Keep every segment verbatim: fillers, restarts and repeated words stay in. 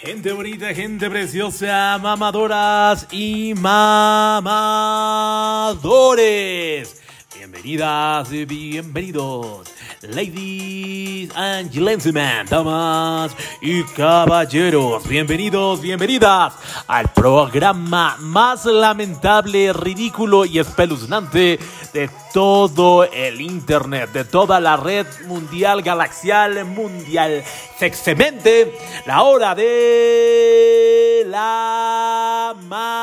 Gente bonita, gente preciosa, mamadoras y mamadores. Bienvenidas y bienvenidos, ladies and gentlemen, damas y caballeros. Bienvenidos, bienvenidas al programa más lamentable, ridículo y espeluznante de todo el internet, de toda la red mundial, galaxial, mundial, sexemente, la hora de la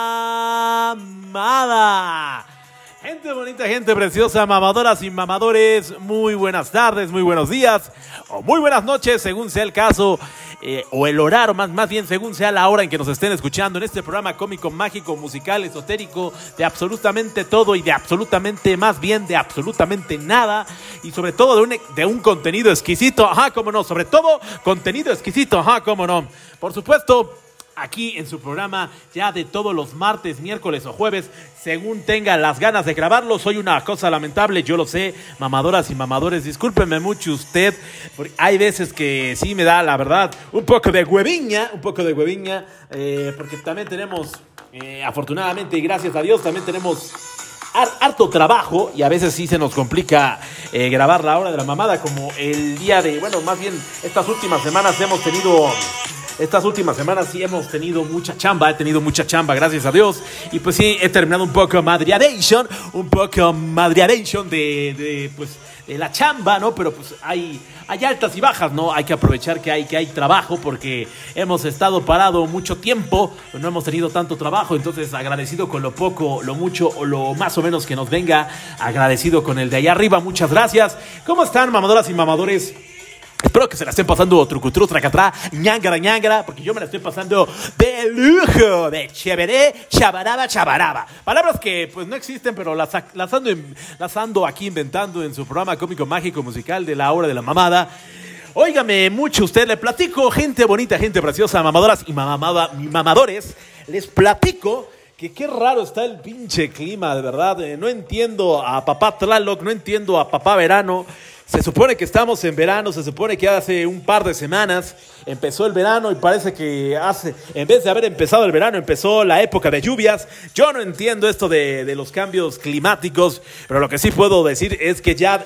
mamada. Gente bonita, gente preciosa, mamadoras y mamadores, muy buenas tardes, muy buenos días o muy buenas noches, según sea el caso, eh, o el horario, más, más bien según sea la hora en que nos estén escuchando en este programa cómico, mágico, musical, esotérico, de absolutamente todo y de absolutamente, más bien de absolutamente nada, y sobre todo de un, de un contenido exquisito, ajá, cómo no, sobre todo contenido exquisito, ajá, cómo no, por supuesto. Aquí en su programa ya de todos los martes, miércoles o jueves, según tenga las ganas de grabarlo. Soy una cosa lamentable, yo lo sé, mamadoras y mamadores, discúlpenme mucho usted, porque hay veces que sí me da, la verdad, un poco de hueviña, un poco de hueviña, eh, porque también tenemos, eh, afortunadamente y gracias a Dios, también tenemos harto trabajo y a veces sí se nos complica eh, grabar la hora de la mamada, como el día de, bueno, más bien estas últimas semanas hemos tenido... Estas últimas semanas sí hemos tenido mucha chamba, he tenido mucha chamba, gracias a Dios. Y pues sí, he terminado un poco madreadation, un poco madreadation de, de, pues, de la chamba, ¿no? Pero pues hay, hay altas y bajas, ¿no? Hay que aprovechar que hay, que hay trabajo porque hemos estado parado mucho tiempo, no hemos tenido tanto trabajo. Entonces, agradecido con lo poco, lo mucho o lo más o menos que nos venga, agradecido con el de allá arriba. Muchas gracias. ¿Cómo están, mamadoras y mamadores? Espero que se la estén pasando trucutru, tracatrá, ñangara, ñangara, porque yo me la estoy pasando de lujo, de chévere, chabaraba, chabaraba. Palabras que pues no existen, pero las, las, ando, las ando aquí inventando en su programa cómico, mágico, musical de la hora de la mamada. Óigame mucho usted, le platico, gente bonita, gente preciosa, mamadoras y mamada, mamadores, les platico que qué raro está el pinche clima, de verdad. Eh, no entiendo a papá Tlaloc, no entiendo a papá Verano. Se supone que estamos en verano, se supone que hace un par de semanas empezó el verano y parece que hace, en vez de haber empezado el verano, empezó la época de lluvias. Yo no entiendo esto de, de los cambios climáticos, pero lo que sí puedo decir es que ya,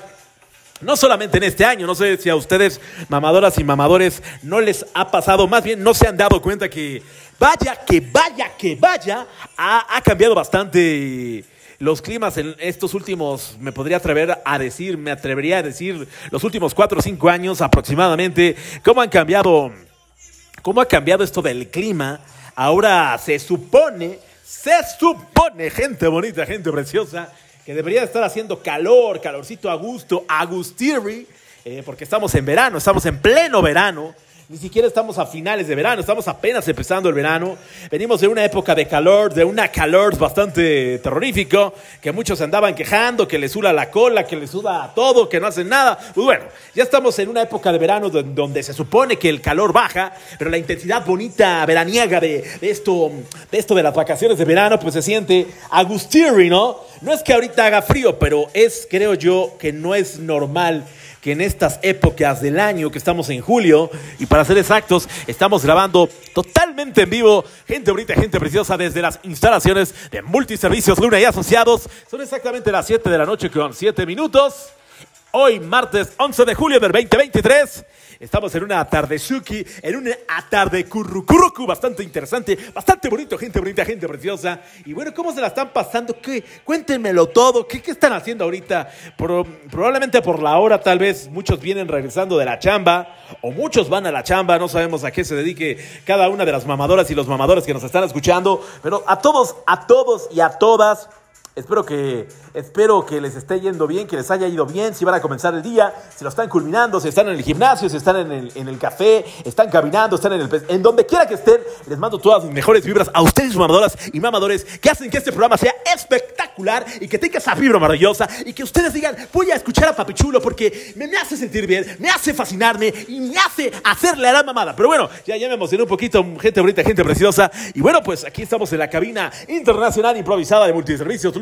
no solamente en este año, no sé si a ustedes, mamadoras y mamadores, no les ha pasado, más bien no se han dado cuenta que vaya, que vaya, que vaya, ha, ha cambiado bastante los climas en estos últimos, me podría atrever a decir, me atrevería a decir, los últimos cuatro o cinco años aproximadamente, cómo han cambiado, cómo ha cambiado esto del clima. Ahora se supone, se supone, gente bonita, gente preciosa, que debería estar haciendo calor, calorcito a gusto, agustirri, eh, porque estamos en verano, estamos en pleno verano. Ni siquiera estamos a finales de verano, estamos apenas empezando el verano. Venimos de una época de calor, de una calor bastante terrorífico, que muchos se andaban quejando, que les suda la cola, que les suda todo, que no hacen nada. Pues bueno, ya estamos en una época de verano donde se supone que el calor baja, pero la intensidad bonita, veraniega de, de, esto, de esto de las vacaciones de verano, pues se siente agustirri, ¿no? No es que ahorita haga frío, pero es, creo yo, que no es normal que en estas épocas del año, que estamos en julio, y para ser exactos, estamos grabando totalmente en vivo, gente bonita, gente preciosa, desde las instalaciones de Multiservicios Luna y Asociados. Son exactamente las siete de la noche con siete minutos. Hoy, martes once de julio del veinte veintitrés. Estamos en una atardezuki, en una atardecurrucurrucu bastante interesante, bastante bonito, gente bonita, gente preciosa. Y bueno, ¿cómo se la están pasando? ¿Qué? Cuéntenmelo todo. ¿Qué, qué están haciendo ahorita? Pro, probablemente por la hora, tal vez muchos vienen regresando de la chamba, o muchos van a la chamba, no sabemos a qué se dedique cada una de las mamadoras y los mamadores que nos están escuchando. Pero a todos, a todos y a todas, Espero que, espero que les esté yendo bien, que les haya ido bien, si van a comenzar el día, si lo están culminando, si están en el gimnasio, si están en el, en el café, están caminando, están en el... En donde quiera que estén, les mando todas mis mejores vibras a ustedes, mamadoras y mamadores, que hacen que este programa sea espectacular y que tenga esa vibra maravillosa y que ustedes digan, voy a escuchar a Papi Chulo porque me, me hace sentir bien, me hace fascinarme y me hace hacerle a la mamada. Pero bueno, ya, ya me emocioné un poquito, gente bonita, gente preciosa. Y bueno, pues aquí estamos en la cabina internacional improvisada de Multiservicios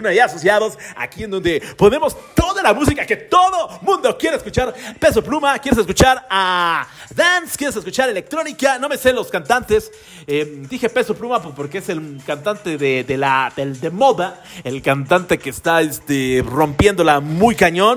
Luna y Asociados, aquí en donde ponemos toda la música que todo mundo quiere escuchar. Peso Pluma, quieres escuchar a dance, quieres escuchar electrónica, no me sé los cantantes. Eh, dije Peso Pluma pues, porque es el cantante de, de, la, del, de moda, el cantante que está este, rompiéndola muy cañón.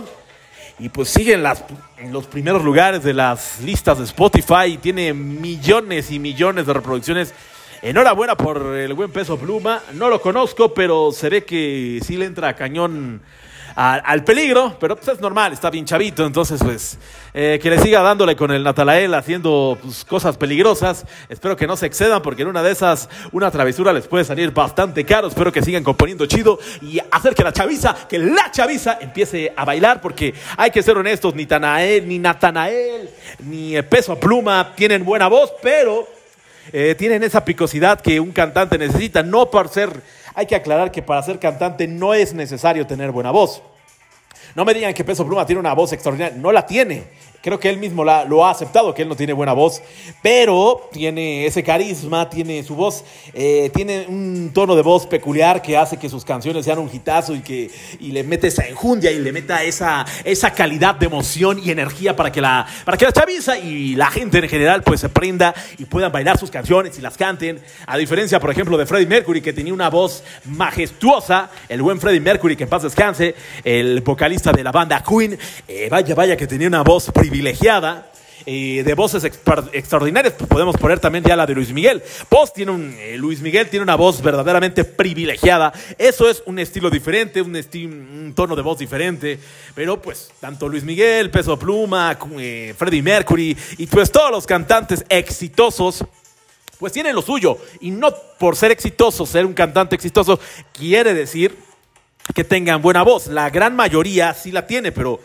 Y pues sigue en, las, en los primeros lugares de las listas de Spotify y tiene millones y millones de reproducciones. Enhorabuena por el buen Peso Pluma. No lo conozco, pero se ve que sí le entra cañón a, al peligro, pero pues es normal, está bien chavito, entonces pues eh, que le siga dándole con el Natanael haciendo pues, cosas peligrosas. Espero que no se excedan porque en una de esas una travesura les puede salir bastante caro. Espero que sigan componiendo chido y hacer que la chaviza, que la chaviza empiece a bailar, porque hay que ser honestos, ni Natanael, ni Natanael, ni Peso Pluma tienen buena voz, pero eh, tienen esa picosidad que un cantante necesita, no por ser... Hay que aclarar que para ser cantante no es necesario tener buena voz. No me digan que Peso Pluma tiene una voz extraordinaria. No la tiene. Creo que él mismo la, lo ha aceptado, que él no tiene buena voz. Pero tiene ese carisma, tiene su voz, eh, tiene un tono de voz peculiar que hace que sus canciones sean un hitazo y que y le mete esa enjundia y le meta esa, esa calidad de emoción y energía para que, la, para que la chaviza y la gente en general pues se prenda y puedan bailar sus canciones y las canten. A diferencia, por ejemplo, de Freddie Mercury, que tenía una voz majestuosa. El buen Freddie Mercury, que en paz descanse, el vocalista de la banda Queen. Eh, vaya, vaya que tenía una voz privilegiada. privilegiada, eh, de voces extra- extraordinarias. Podemos poner también ya la de Luis Miguel. Voz tiene un, eh, Luis Miguel tiene una voz verdaderamente privilegiada. Eso es un estilo diferente, un, esti- un tono de voz diferente. Pero pues, tanto Luis Miguel, Peso Pluma, eh, Freddie Mercury y pues todos los cantantes exitosos pues tienen lo suyo. Y no por ser exitoso, ser un cantante exitoso, quiere decir que tengan buena voz. La gran mayoría sí la tiene, pero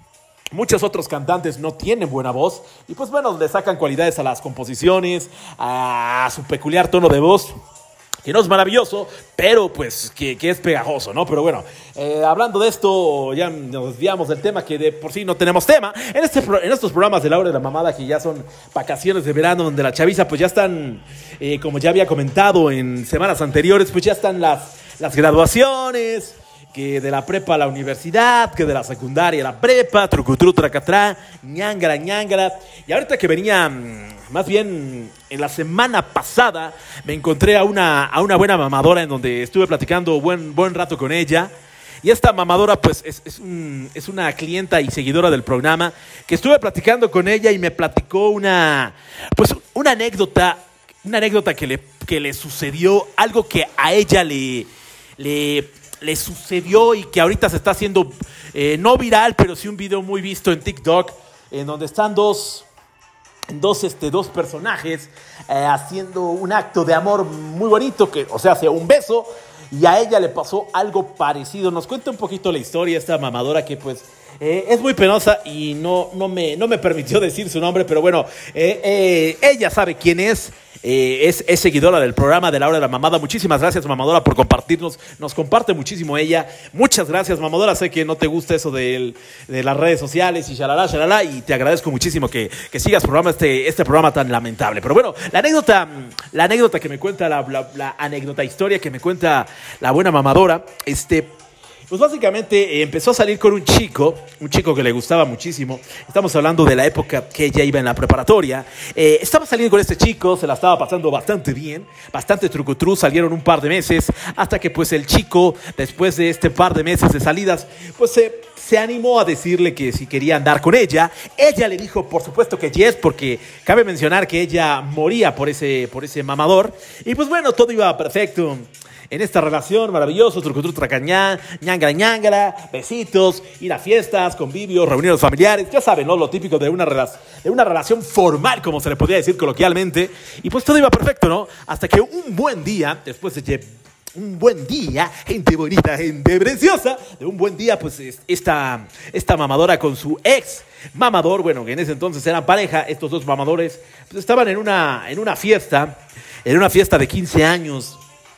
muchos otros cantantes no tienen buena voz y pues bueno, le sacan cualidades a las composiciones, a su peculiar tono de voz, que no es maravilloso, pero pues que, que es pegajoso, ¿no? Pero bueno, eh, hablando de esto, ya nos desviamos del tema, que de por sí no tenemos tema. En, este, en estos programas de la hora de la mamada, que ya son vacaciones de verano, donde la chaviza pues ya están, eh, como ya había comentado en semanas anteriores, pues ya están las, las graduaciones, que de la prepa a la universidad, que de la secundaria a la prepa, trucutru, tracatrá, ñangara, ñangara. Y ahorita que venía, más bien en la semana pasada, me encontré a una, a una buena mamadora en donde estuve platicando buen, buen rato con ella. Y esta mamadora, pues, es, es, un, es una clienta y seguidora del programa, que estuve platicando con ella y me platicó una, pues, una anécdota, una anécdota que le, que le sucedió, algo que a ella le... le le sucedió y que ahorita se está haciendo eh, no viral, pero sí un video muy visto en TikTok, en donde están dos, dos, este, dos personajes eh, haciendo un acto de amor muy bonito, que, o sea, hace un beso, y a ella le pasó algo parecido. Nos cuenta un poquito la historia esta mamadora que pues eh, es muy penosa y no, no, me, no me permitió decir su nombre, pero bueno, eh, eh, ella sabe quién es. Eh, es, es seguidora del programa de la hora de la mamada. Muchísimas gracias, mamadora, por compartirnos. Nos comparte muchísimo ella. Muchas gracias, mamadora. Sé que no te gusta eso de, de las redes sociales y shalala, shalala, y te agradezco muchísimo que, que sigas programa este, este programa tan lamentable. Pero bueno, la anécdota, la anécdota que me cuenta, la, la, la anécdota historia que me cuenta la buena mamadora, este... Pues básicamente eh, empezó a salir con un chico, un chico que le gustaba muchísimo. Estamos hablando de la época que ella iba en la preparatoria. Eh, estaba saliendo con este chico, se la estaba pasando bastante bien, bastante trucutru, salieron un par de meses, hasta que pues el chico, después de este par de meses de salidas, pues se, se animó a decirle que si quería andar con ella. Ella le dijo, por supuesto que yes, porque cabe mencionar que ella moría por ese, por ese mamador. Y pues bueno, todo iba perfecto en esta relación, maravilloso, trucutru, tracañá, ñangara, ñangara, besitos, ir a fiestas, convivios, reuniones familiares, ya saben, ¿no? Lo típico de una, rela- de una relación formal, como se le podría decir coloquialmente. Y pues todo iba perfecto, ¿no? Hasta que un buen día, después de que un buen día, gente bonita, gente preciosa, de un buen día, pues esta, esta mamadora con su ex mamador, bueno, que en ese entonces eran pareja, estos dos mamadores, pues estaban en una, en una fiesta, en una fiesta de quince años,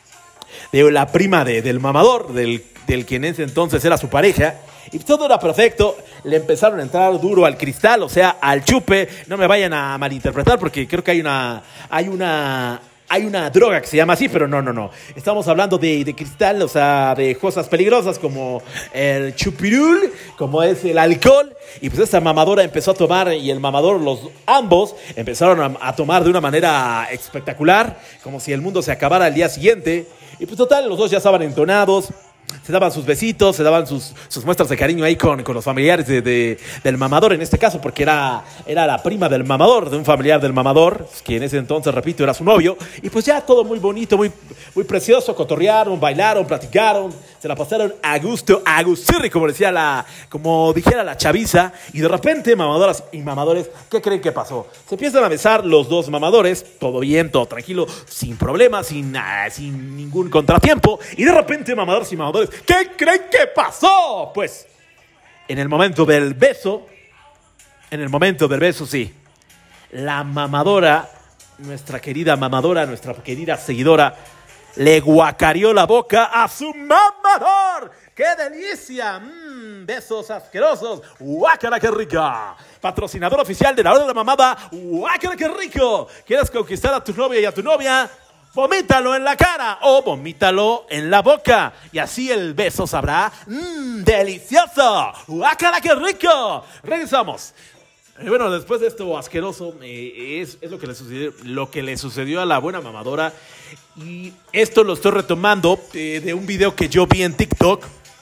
de la prima de, del mamador, del, del que en ese entonces era su pareja, y todo era perfecto. Le empezaron a entrar duro al cristal, o sea, al chupe. No me vayan a malinterpretar porque creo que hay una, hay una, hay una droga que se llama así, pero no, no, no. Estamos hablando de, de cristal, o sea, de cosas peligrosas como el chupirul, como es el alcohol. Y pues esta mamadora empezó a tomar y el mamador, los ambos, empezaron a, a tomar de una manera espectacular, como si el mundo se acabara al día siguiente. Y pues total, los dos ya estaban entonados. Se daban sus besitos, se daban sus, sus muestras de cariño ahí con, con los familiares de, de, del mamador en este caso, porque era, era la prima del mamador, de un familiar del mamador, que en ese entonces, repito, era su novio. Y pues ya todo muy bonito, muy, muy precioso, cotorrearon, bailaron, platicaron, se la pasaron a gusto, a gustirri, como decía la, como dijera la chaviza. Y de repente, mamadoras y mamadores, ¿qué creen que pasó? Se empiezan a besar los dos mamadores, todo bien, todo tranquilo, sin problemas, sin, uh, sin ningún contratiempo. Y de repente, mamadoras y mamadores, ¿qué creen que pasó? Pues, en el momento del beso, en el momento del beso, sí, la mamadora, nuestra querida mamadora, nuestra querida seguidora, le guacareó la boca a su mamador. ¡Qué delicia! Mm, besos asquerosos. ¡Guácala, qué rica! Patrocinador oficial de la hora de la mamada. ¡Guácala, qué rico! ¿Quieres conquistar a tu novia y a tu novia? Vomítalo en la cara o vomítalo en la boca. Y así el beso sabrá mmm, delicioso. ¡Guácala, qué rico! Regresamos. Eh, bueno, después de esto asqueroso, eh, es, es lo, que le sucedió, lo que le sucedió a la buena mamadora. Y esto lo estoy retomando eh, de un video que yo vi en TikTok.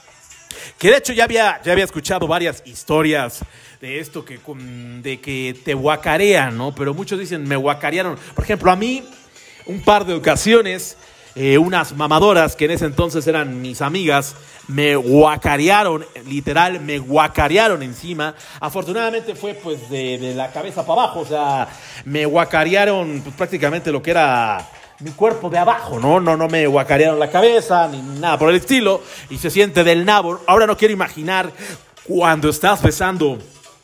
Que de hecho ya había, ya había escuchado varias historias de esto, que, de que te guacarean, ¿no? Pero muchos dicen, me guacarearon. Por ejemplo, a mí, un par de ocasiones, eh, unas mamadoras que en ese entonces eran mis amigas, me guacarearon, literal, me guacarearon encima. Afortunadamente fue pues de, de la cabeza para abajo, o sea, me guacarearon pues, prácticamente lo que era mi cuerpo de abajo, ¿no? No, no me guacarearon la cabeza, ni nada por el estilo, y se siente del nabo. Ahora no quiero imaginar cuando estás besando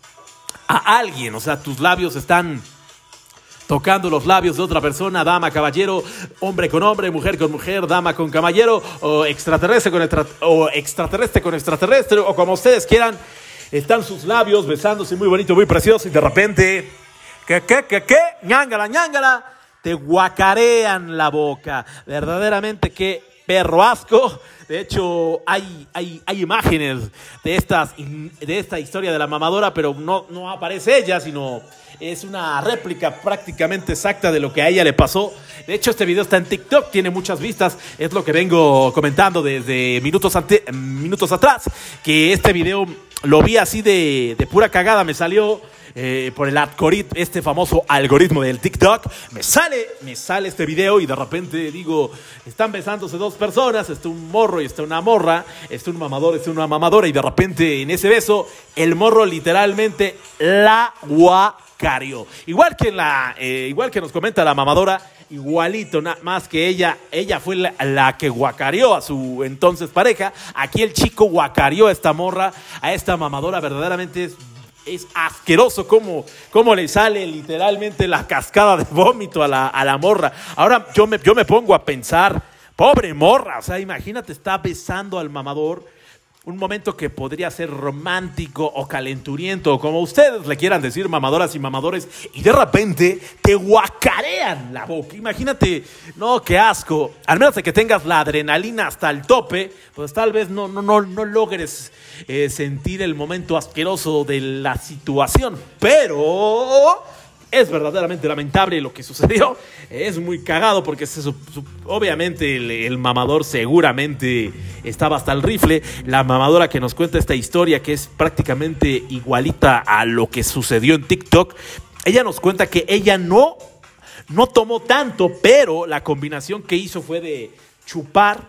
a alguien, o sea, tus labios están tocando los labios de otra persona, dama, caballero, hombre con hombre, mujer con mujer, dama con caballero, o extraterrestre con, extra, o extraterrestre con extraterrestre, o como ustedes quieran, están sus labios besándose muy bonito, muy precioso, y de repente, ¿qué, qué, qué, qué? ñángala, ñángala, te guacarean la boca. Verdaderamente qué perro asco. De hecho, hay, hay, hay imágenes de, estas, de esta historia de la mamadora, pero no, no aparece ella, sino es una réplica prácticamente exacta de lo que a ella le pasó. De hecho, este video está en TikTok, tiene muchas vistas. Es lo que vengo comentando desde minutos, ante, minutos atrás, que este video lo vi así de, de pura cagada. Me salió eh, por el algoritmo, este famoso algoritmo del TikTok. Me sale, me sale este video y de repente digo, están besándose dos personas, está un morro y está una morra, está un mamador, está una mamadora, y de repente en ese beso el morro literalmente la guacareó. Igual que la, eh, igual que nos comenta la mamadora, igualito, nada más que ella, ella fue la, la que guacareó a su entonces pareja. Aquí el chico guacareó a esta morra, a esta mamadora. Verdaderamente es, es asqueroso cómo, cómo le sale literalmente la cascada de vómito a la, a la morra. Ahora yo me, yo me pongo a pensar, pobre morra, o sea, imagínate, está besando al mamador. Un momento que podría ser romántico o calenturiento, o como ustedes le quieran decir, mamadoras y mamadores, y de repente te guacarean la boca. Imagínate, no, qué asco. Al menos de que tengas la adrenalina hasta el tope, pues tal vez no, no, no, no logres eh, sentir el momento asqueroso de la situación. Pero es verdaderamente lamentable lo que sucedió. Es muy cagado porque se, su, su, obviamente el, el mamador seguramente estaba hasta el rifle. La mamadora que nos cuenta esta historia, que es prácticamente igualita a lo que sucedió en TikTok, ella nos cuenta que ella no, no tomó tanto, pero la combinación que hizo fue de chupar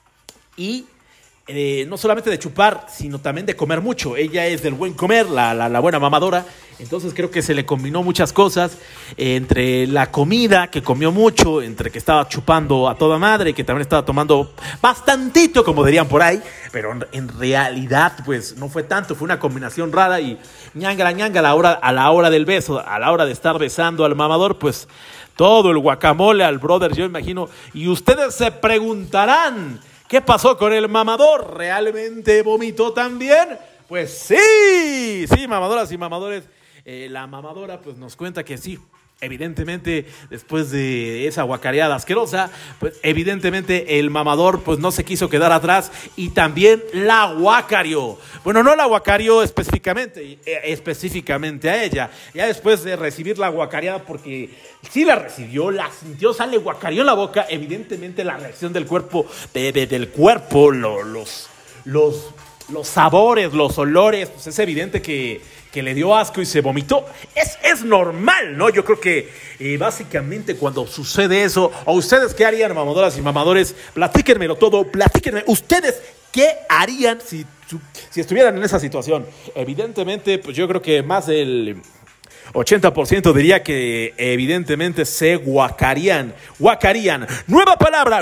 y Eh, no solamente de chupar, sino también de comer mucho. Ella es del buen comer, la, la, la buena mamadora. Entonces creo que se le combinó muchas cosas, eh, entre la comida, que comió mucho, entre que estaba chupando a toda madre, que también estaba tomando bastantito, como dirían por ahí, pero en, en realidad pues no fue tanto, fue una combinación rara. Y ñanga, ñanga, a la hora, a la hora del beso, a la hora de estar besando al mamador, pues todo el guacamole al brother, yo imagino. Y ustedes se preguntarán, ¿qué pasó con el mamador? ¿Realmente vomitó también? Pues sí, sí, mamadoras y mamadores. eh, la mamadora pues nos cuenta que sí. Evidentemente, después de esa guacareada asquerosa, pues evidentemente el mamador pues no se quiso quedar atrás y también la guacareó. Bueno, no la guacareó específicamente, eh, específicamente a ella. Ya después de recibir la guacareada, porque sí la recibió, la sintió, sale guacareó en la boca, evidentemente la reacción del cuerpo, de, de, del cuerpo, lo, los, los, los sabores, los olores, pues es evidente que... que le dio asco y se vomitó. Es, es normal, ¿no? Yo creo que eh, básicamente cuando sucede eso, o ustedes qué harían, mamadoras y mamadores, platíquenmelo todo, platíquenme, ustedes qué harían si, si estuvieran en esa situación. Evidentemente, pues yo creo que más del ochenta por ciento diría que evidentemente se guacarían. Guacarían. Nueva palabra,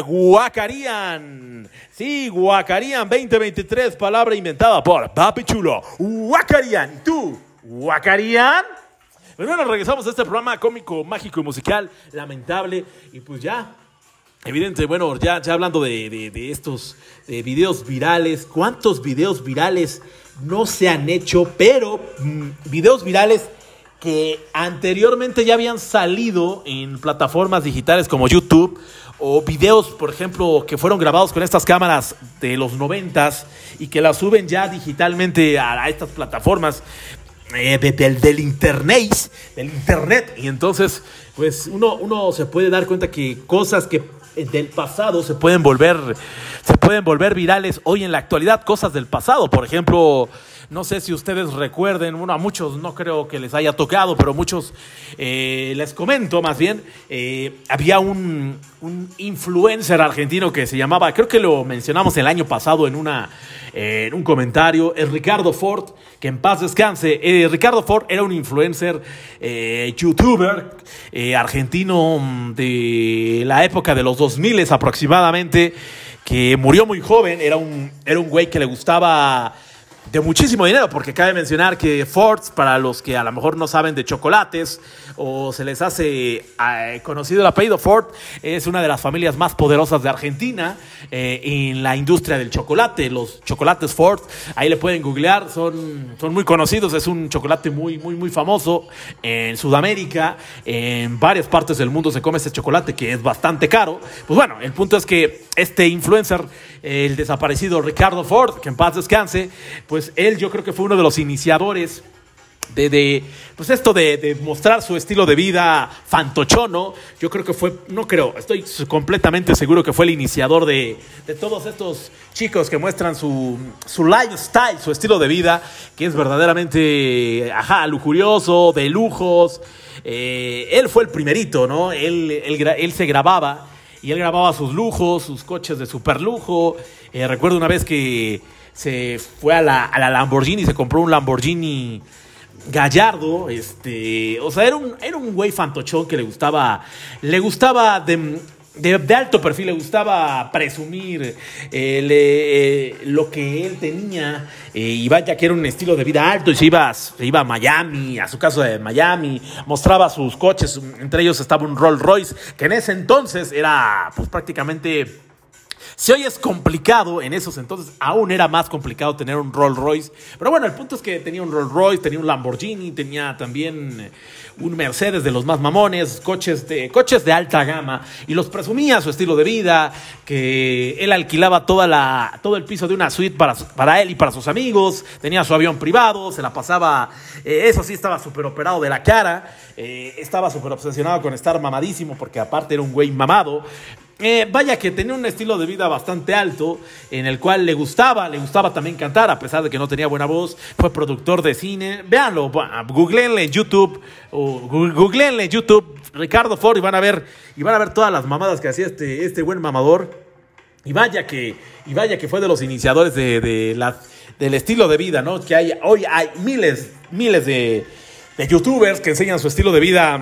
guacarían. Sí, guacarían veinte veintitrés, palabra inventada por Papi Chulo. Guacarían. ¿Tú? ¿Guacarían? Pues bueno, regresamos a este programa cómico, mágico y musical, lamentable. Y pues ya, evidente, bueno, ya, ya hablando de, de, de estos de videos virales. ¿Cuántos videos virales no se han hecho? Pero mmm, videos virales que anteriormente ya habían salido en plataformas digitales como YouTube, o videos, por ejemplo, que fueron grabados con estas cámaras de los noventas y que las suben ya digitalmente a, a estas plataformas eh, de, del, del internet, del internet. Y entonces, pues uno, uno se puede dar cuenta que cosas que del pasado se pueden volver, se pueden volver virales hoy en la actualidad, cosas del pasado. Por ejemplo, no sé si ustedes recuerden, bueno, a muchos no creo que les haya tocado, pero muchos eh, les comento más bien, eh, había un, un influencer argentino que se llamaba, creo que lo mencionamos el año pasado en, una, eh, en un comentario, es Ricardo Ford, que en paz descanse. Eh, Ricardo Ford era un influencer, eh, youtuber eh, argentino de la época de los dos mil aproximadamente, que murió muy joven, era un, era un güey que le gustaba de muchísimo dinero, porque cabe mencionar que Ford, para los que a lo mejor no saben de chocolates o se les hace eh, conocido el apellido Ford, es una de las familias más poderosas de Argentina eh, en la industria del chocolate. Los chocolates Ford, ahí le pueden googlear, son, son muy conocidos, es un chocolate muy, muy, muy famoso en Sudamérica, en varias partes del mundo se come ese chocolate que es bastante caro. Pues bueno, el punto es que este influencer, el desaparecido Ricardo Ford, que en paz descanse, pues él yo creo que fue uno de los iniciadores de, de pues esto de, de mostrar su estilo de vida fantochono. Yo creo que fue, no creo, estoy completamente seguro que fue el iniciador de, de todos estos chicos que muestran su, su lifestyle, su estilo de vida, que es verdaderamente, ajá, lujurioso, de lujos. Eh, él fue el primerito, ¿no? Él, él, él se grababa y él grababa sus lujos, sus coches de super lujo. Eh, recuerdo una vez que se fue a la, a la Lamborghini, se compró un Lamborghini Gallardo, este, o sea, era un, era un güey fantochón que le gustaba, le gustaba de, de, de alto perfil, le gustaba presumir eh, le, eh, lo que él tenía, eh, y vaya que era un estilo de vida alto, y se iba, se iba a Miami, a su casa de Miami, mostraba sus coches, entre ellos estaba un Rolls Royce, que en ese entonces era pues prácticamente... Si hoy es complicado, en esos entonces aún era más complicado tener un Rolls Royce. Pero bueno, el punto es que tenía un Rolls Royce, tenía un Lamborghini, tenía también un Mercedes de los más mamones, coches de, coches de alta gama. Y los presumía su estilo de vida, que él alquilaba toda la, todo el piso de una suite para, para él y para sus amigos. Tenía su avión privado, se la pasaba, eh, eso sí, estaba súper operado de la cara. Eh, estaba súper obsesionado con estar mamadísimo, porque aparte era un güey mamado. Eh, vaya que tenía un estilo de vida bastante alto, en el cual le gustaba, le gustaba también cantar, a pesar de que no tenía buena voz. Fue productor de cine. Véanlo, googleenle en YouTube, o googleenle en YouTube Ricardo Ford y van a ver, y van a ver todas las mamadas que hacía este, este buen mamador. Y vaya que, y vaya que fue de los iniciadores de, de la, del estilo de vida, ¿no? Que hay, hoy hay miles, miles de, de youtubers que enseñan su estilo de vida,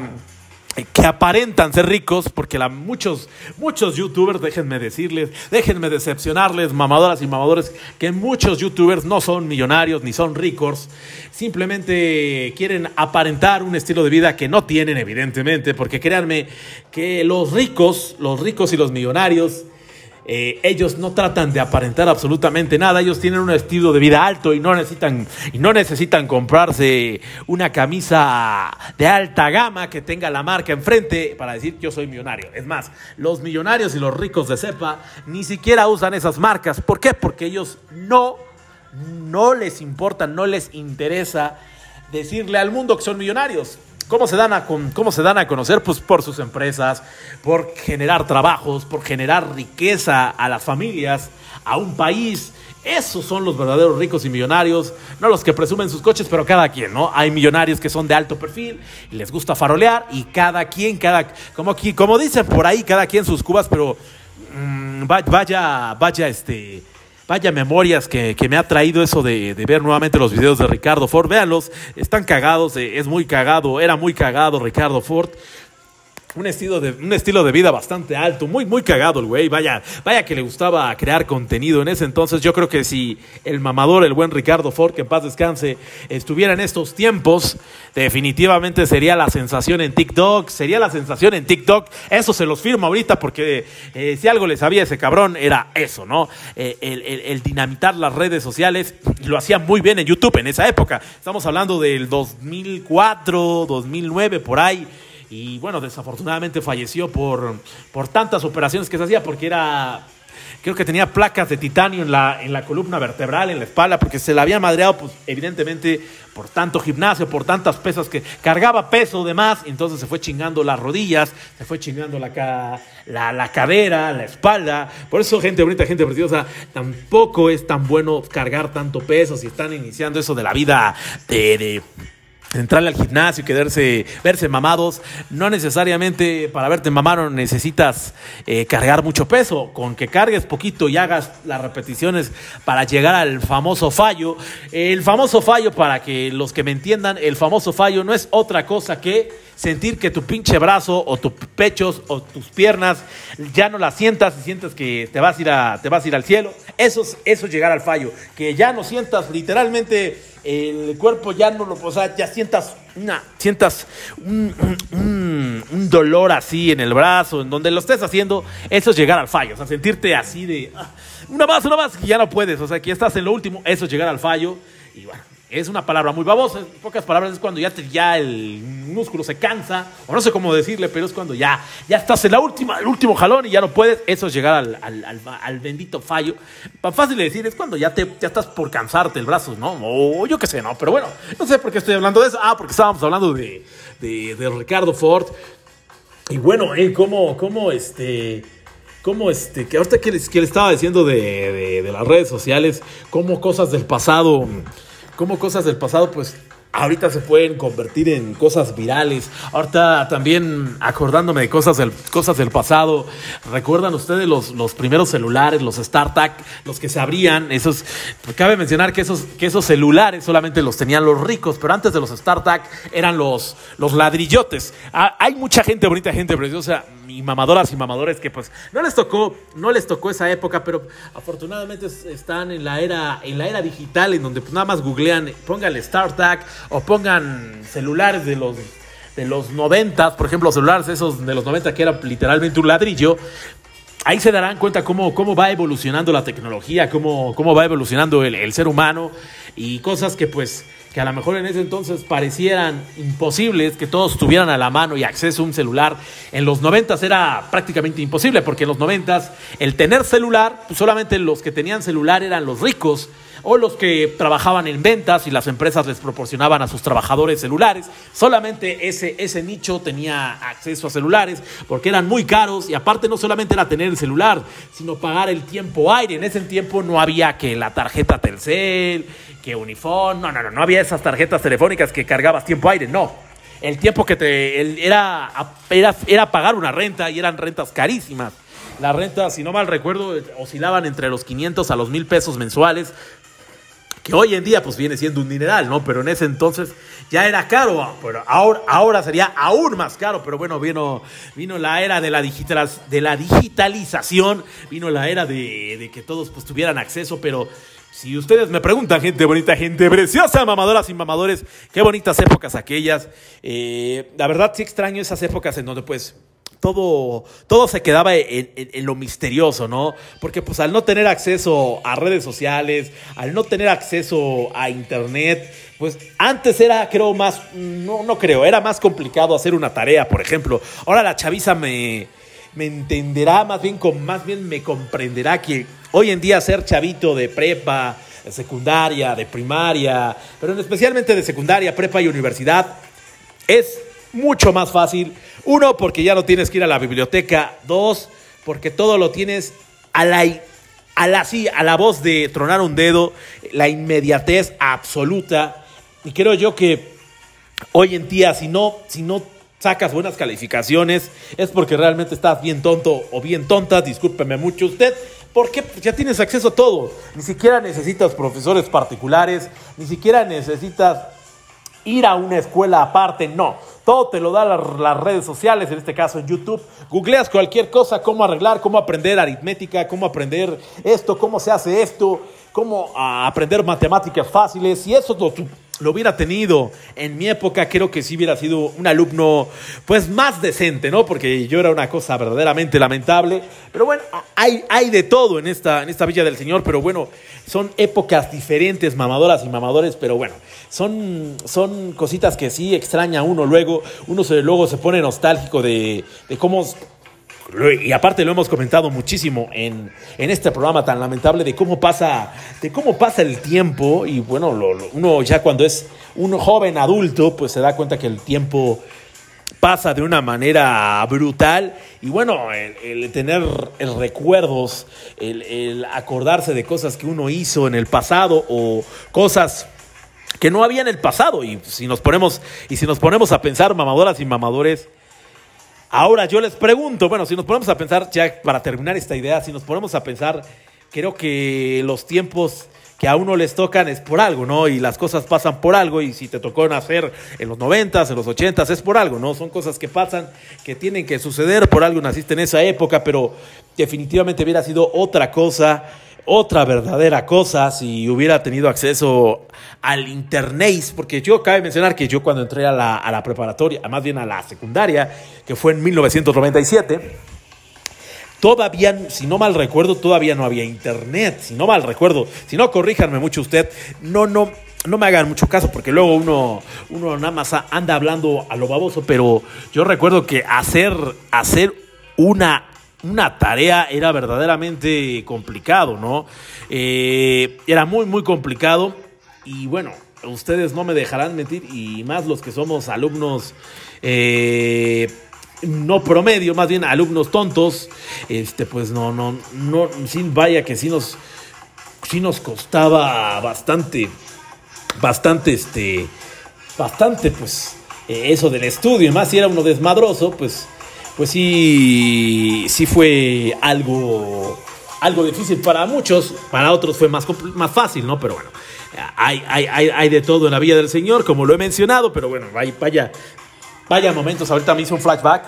que aparentan ser ricos, porque la, muchos, muchos youtubers, déjenme decirles, déjenme decepcionarles, mamadoras y mamadores, que muchos youtubers no son millonarios ni son ricos, simplemente quieren aparentar un estilo de vida que no tienen, evidentemente, porque créanme que los ricos, los ricos y los millonarios, Eh, ellos no tratan de aparentar absolutamente nada. Ellos tienen un estilo de vida alto y no necesitan, y no necesitan comprarse una camisa de alta gama que tenga la marca enfrente para decir yo soy millonario. Es más, los millonarios y los ricos de cepa ni siquiera usan esas marcas. ¿Por qué? Porque ellos no, no les importa, no les interesa decirle al mundo que son millonarios. ¿Cómo se dan a, cómo se dan a conocer? Pues por sus empresas, por generar trabajos, por generar riqueza a las familias, a un país. Esos son los verdaderos ricos y millonarios, no los que presumen sus coches, pero cada quien, ¿no? Hay millonarios que son de alto perfil y les gusta farolear y cada quien, cada, como, aquí, como dicen por ahí, cada quien sus cubas, pero mmm, vaya, vaya, este... Vaya memorias que, que me ha traído eso de, de ver nuevamente los videos de Ricardo Ford. Véanlos, están cagados, eh, es muy cagado, era muy cagado Ricardo Ford. Un estilo, de, un estilo de vida bastante alto, muy, muy cagado el güey. Vaya, vaya que le gustaba crear contenido en ese entonces. Yo creo que si el mamador, el buen Ricardo Ford, que en paz descanse, estuviera en estos tiempos, definitivamente sería la sensación en TikTok. Sería la sensación en TikTok. Eso se los firmo ahorita porque eh, si algo le sabía ese cabrón era eso, ¿no? Eh, el, el, el dinamitar las redes sociales. Lo hacía muy bien en YouTube en esa época. Estamos hablando del dos mil cuatro, dos mil nueve, por ahí. Y bueno, desafortunadamente falleció por, por tantas operaciones que se hacía, porque era, creo que tenía placas de titanio en la, en la columna vertebral, en la espalda, porque se la había madreado, pues evidentemente por tanto gimnasio, por tantas pesas que cargaba peso de más, entonces se fue chingando las rodillas, se fue chingando la, la, la cadera, la espalda. Por eso, gente bonita, gente preciosa, tampoco es tan bueno cargar tanto peso si están iniciando eso de la vida de... de entrarle al gimnasio y quedarse, verse mamados. No necesariamente para verte mamado necesitas eh, cargar mucho peso. Con que cargues poquito y hagas las repeticiones para llegar al famoso fallo. El famoso fallo, para que los que me entiendan, el famoso fallo no es otra cosa que sentir que tu pinche brazo o tus pechos o tus piernas ya no las sientas y sientes que te vas a ir, a, te vas a ir al cielo. Eso es, eso es llegar al fallo. Que ya no sientas literalmente el cuerpo, ya no lo, o sea, ya sientas una, sientas un, un, un, un dolor así en el brazo, en donde lo estés haciendo. Eso es llegar al fallo. O sea, sentirte así de ah, una más, una más, que ya no puedes. O sea, que ya estás en lo último. Eso es llegar al fallo. Y bueno, es una palabra muy babosa. En pocas palabras es cuando ya, te, ya el músculo se cansa, o no sé cómo decirle, pero es cuando ya, ya estás en la última, el último jalón y ya no puedes. Eso es llegar al, al, al, al bendito fallo. Tan fácil de decir, es cuando ya, te, ya estás por cansarte el brazo, ¿no? O yo qué sé, ¿no? Pero bueno, no sé por qué estoy hablando de eso. Ah, porque estábamos hablando de, de, de Ricardo Ford. Y bueno, eh, cómo, cómo este... Cómo este, que ahorita que les, que les estaba diciendo de, de, de las redes sociales, cómo cosas del pasado, cómo cosas del pasado, pues ahorita se pueden convertir en cosas virales. Ahorita también acordándome de cosas del, cosas del pasado. ¿Recuerdan ustedes los, los primeros celulares, los StarTAC, los que se abrían? Esos, cabe mencionar que esos, que esos celulares solamente los tenían los ricos, pero antes de los StarTAC eran los, los ladrillotes. Ah, hay mucha gente bonita, gente preciosa, y mamadoras y mamadores que pues no les tocó, no les tocó esa época, pero afortunadamente están en la era, en la era digital, en donde pues nada más googlean, pónganle StarTAC o pongan celulares de los de los noventas, por ejemplo, celulares esos de los noventa que era literalmente un ladrillo. Ahí se darán cuenta cómo, cómo va evolucionando la tecnología, cómo, cómo va evolucionando el, el ser humano y cosas que pues que a lo mejor en ese entonces parecieran imposibles, que todos tuvieran a la mano y acceso a un celular. En los noventas era prácticamente imposible, porque en los noventas el tener celular, pues solamente los que tenían celular eran los ricos o los que trabajaban en ventas y las empresas les proporcionaban a sus trabajadores celulares. Solamente ese, ese nicho tenía acceso a celulares porque eran muy caros, y aparte no solamente era tener el celular, sino pagar el tiempo aire. En ese tiempo no había que la tarjeta Telcel, que Unifón, no, no, no, no había esas tarjetas telefónicas que cargabas tiempo aire, no. El tiempo que te el, era, era, era pagar una renta, y eran rentas carísimas. Las rentas, si no mal recuerdo, oscilaban entre los quinientos a los mil pesos mensuales, que hoy en día pues viene siendo un dineral, ¿no? Pero en ese entonces ya era caro, pero ahora, ahora sería aún más caro. Pero bueno, vino, vino la era de la, digital, de la digitalización, vino la era de, de que todos pues tuvieran acceso. Pero si ustedes me preguntan, gente bonita, gente preciosa, mamadoras y mamadores, qué bonitas épocas aquellas. Eh, la verdad sí extraño esas épocas en donde pues todo, todo se quedaba en, en, en lo misterioso, ¿no? Porque pues al no tener acceso a redes sociales, al no tener acceso a internet, pues antes era, creo, más, no, no creo, era más complicado hacer una tarea, por ejemplo. Ahora la chaviza me, me entenderá, más bien, con, más bien me comprenderá que hoy en día ser chavito de prepa, de secundaria, de primaria, pero especialmente de secundaria, prepa y universidad, es mucho más fácil. Uno, porque ya no tienes que ir a la biblioteca. Dos, porque todo lo tienes a la, a la, sí, a la voz de tronar un dedo, la inmediatez absoluta. Y creo yo que hoy en día, si no, si no sacas buenas calificaciones, es porque realmente estás bien tonto o bien tonta, discúlpeme mucho usted, porque ya tienes acceso a todo. Ni siquiera necesitas profesores particulares, ni siquiera necesitas ir a una escuela aparte, no. Todo te lo da la, las redes sociales, en este caso en YouTube. Googleas cualquier cosa, cómo arreglar, cómo aprender aritmética, cómo aprender esto, cómo se hace esto, cómo uh, aprender matemáticas fáciles. Y eso lo, lo hubiera tenido en mi época, creo que sí hubiera sido un alumno pues más decente, ¿no? Porque yo era una cosa verdaderamente lamentable. Pero bueno, hay, hay de todo en esta, en esta Villa del Señor, pero bueno, son épocas diferentes, mamadoras y mamadores, pero bueno, son, son cositas que sí extraña uno luego. Uno se, luego se pone nostálgico de, de cómo... Y aparte lo hemos comentado muchísimo en, en este programa tan lamentable de cómo pasa, de cómo pasa el tiempo. Y bueno, lo, lo, uno ya cuando es un joven adulto, pues se da cuenta que el tiempo pasa de una manera brutal. Y bueno, el, el tener el recuerdos, el, el acordarse de cosas que uno hizo en el pasado o cosas que no había en el pasado. Y si nos ponemos, y si nos ponemos a pensar, mamadoras y mamadores, ahora yo les pregunto, bueno, si nos ponemos a pensar, ya para terminar esta idea, si nos ponemos a pensar, creo que los tiempos que a uno les tocan es por algo, ¿no? Y las cosas pasan por algo, y si te tocó nacer en los noventas, en los ochentas, es por algo, ¿no? Son cosas que pasan, que tienen que suceder, por algo naciste en esa época, pero definitivamente hubiera sido otra cosa, otra verdadera cosa si hubiera tenido acceso al internet, porque yo cabe mencionar que yo cuando entré a la, a la preparatoria, más bien a la secundaria, que fue en mil novecientos noventa y siete, todavía, si no mal recuerdo, todavía no había internet, si no mal recuerdo, si no, corríjanme mucho usted, no, no, no me hagan mucho caso, porque luego uno, uno nada más anda hablando a lo baboso, pero yo recuerdo que hacer, hacer una Una tarea era verdaderamente complicado, ¿no? Eh, era muy, muy complicado. Y bueno, ustedes no me dejarán mentir, y más los que somos alumnos eh, no promedio, más bien alumnos tontos, este, pues no, no, no, sí, vaya que sí nos, sí nos costaba bastante, bastante, este, bastante, pues, eh, eso del estudio, y más si era uno desmadroso, pues, pues sí, sí fue algo, algo difícil para muchos, para otros fue más, más fácil, ¿no? Pero bueno, hay, hay, hay, hay de todo en la Villa del Señor, como lo he mencionado, pero bueno, vaya, vaya momentos. Ahorita me hice un flashback.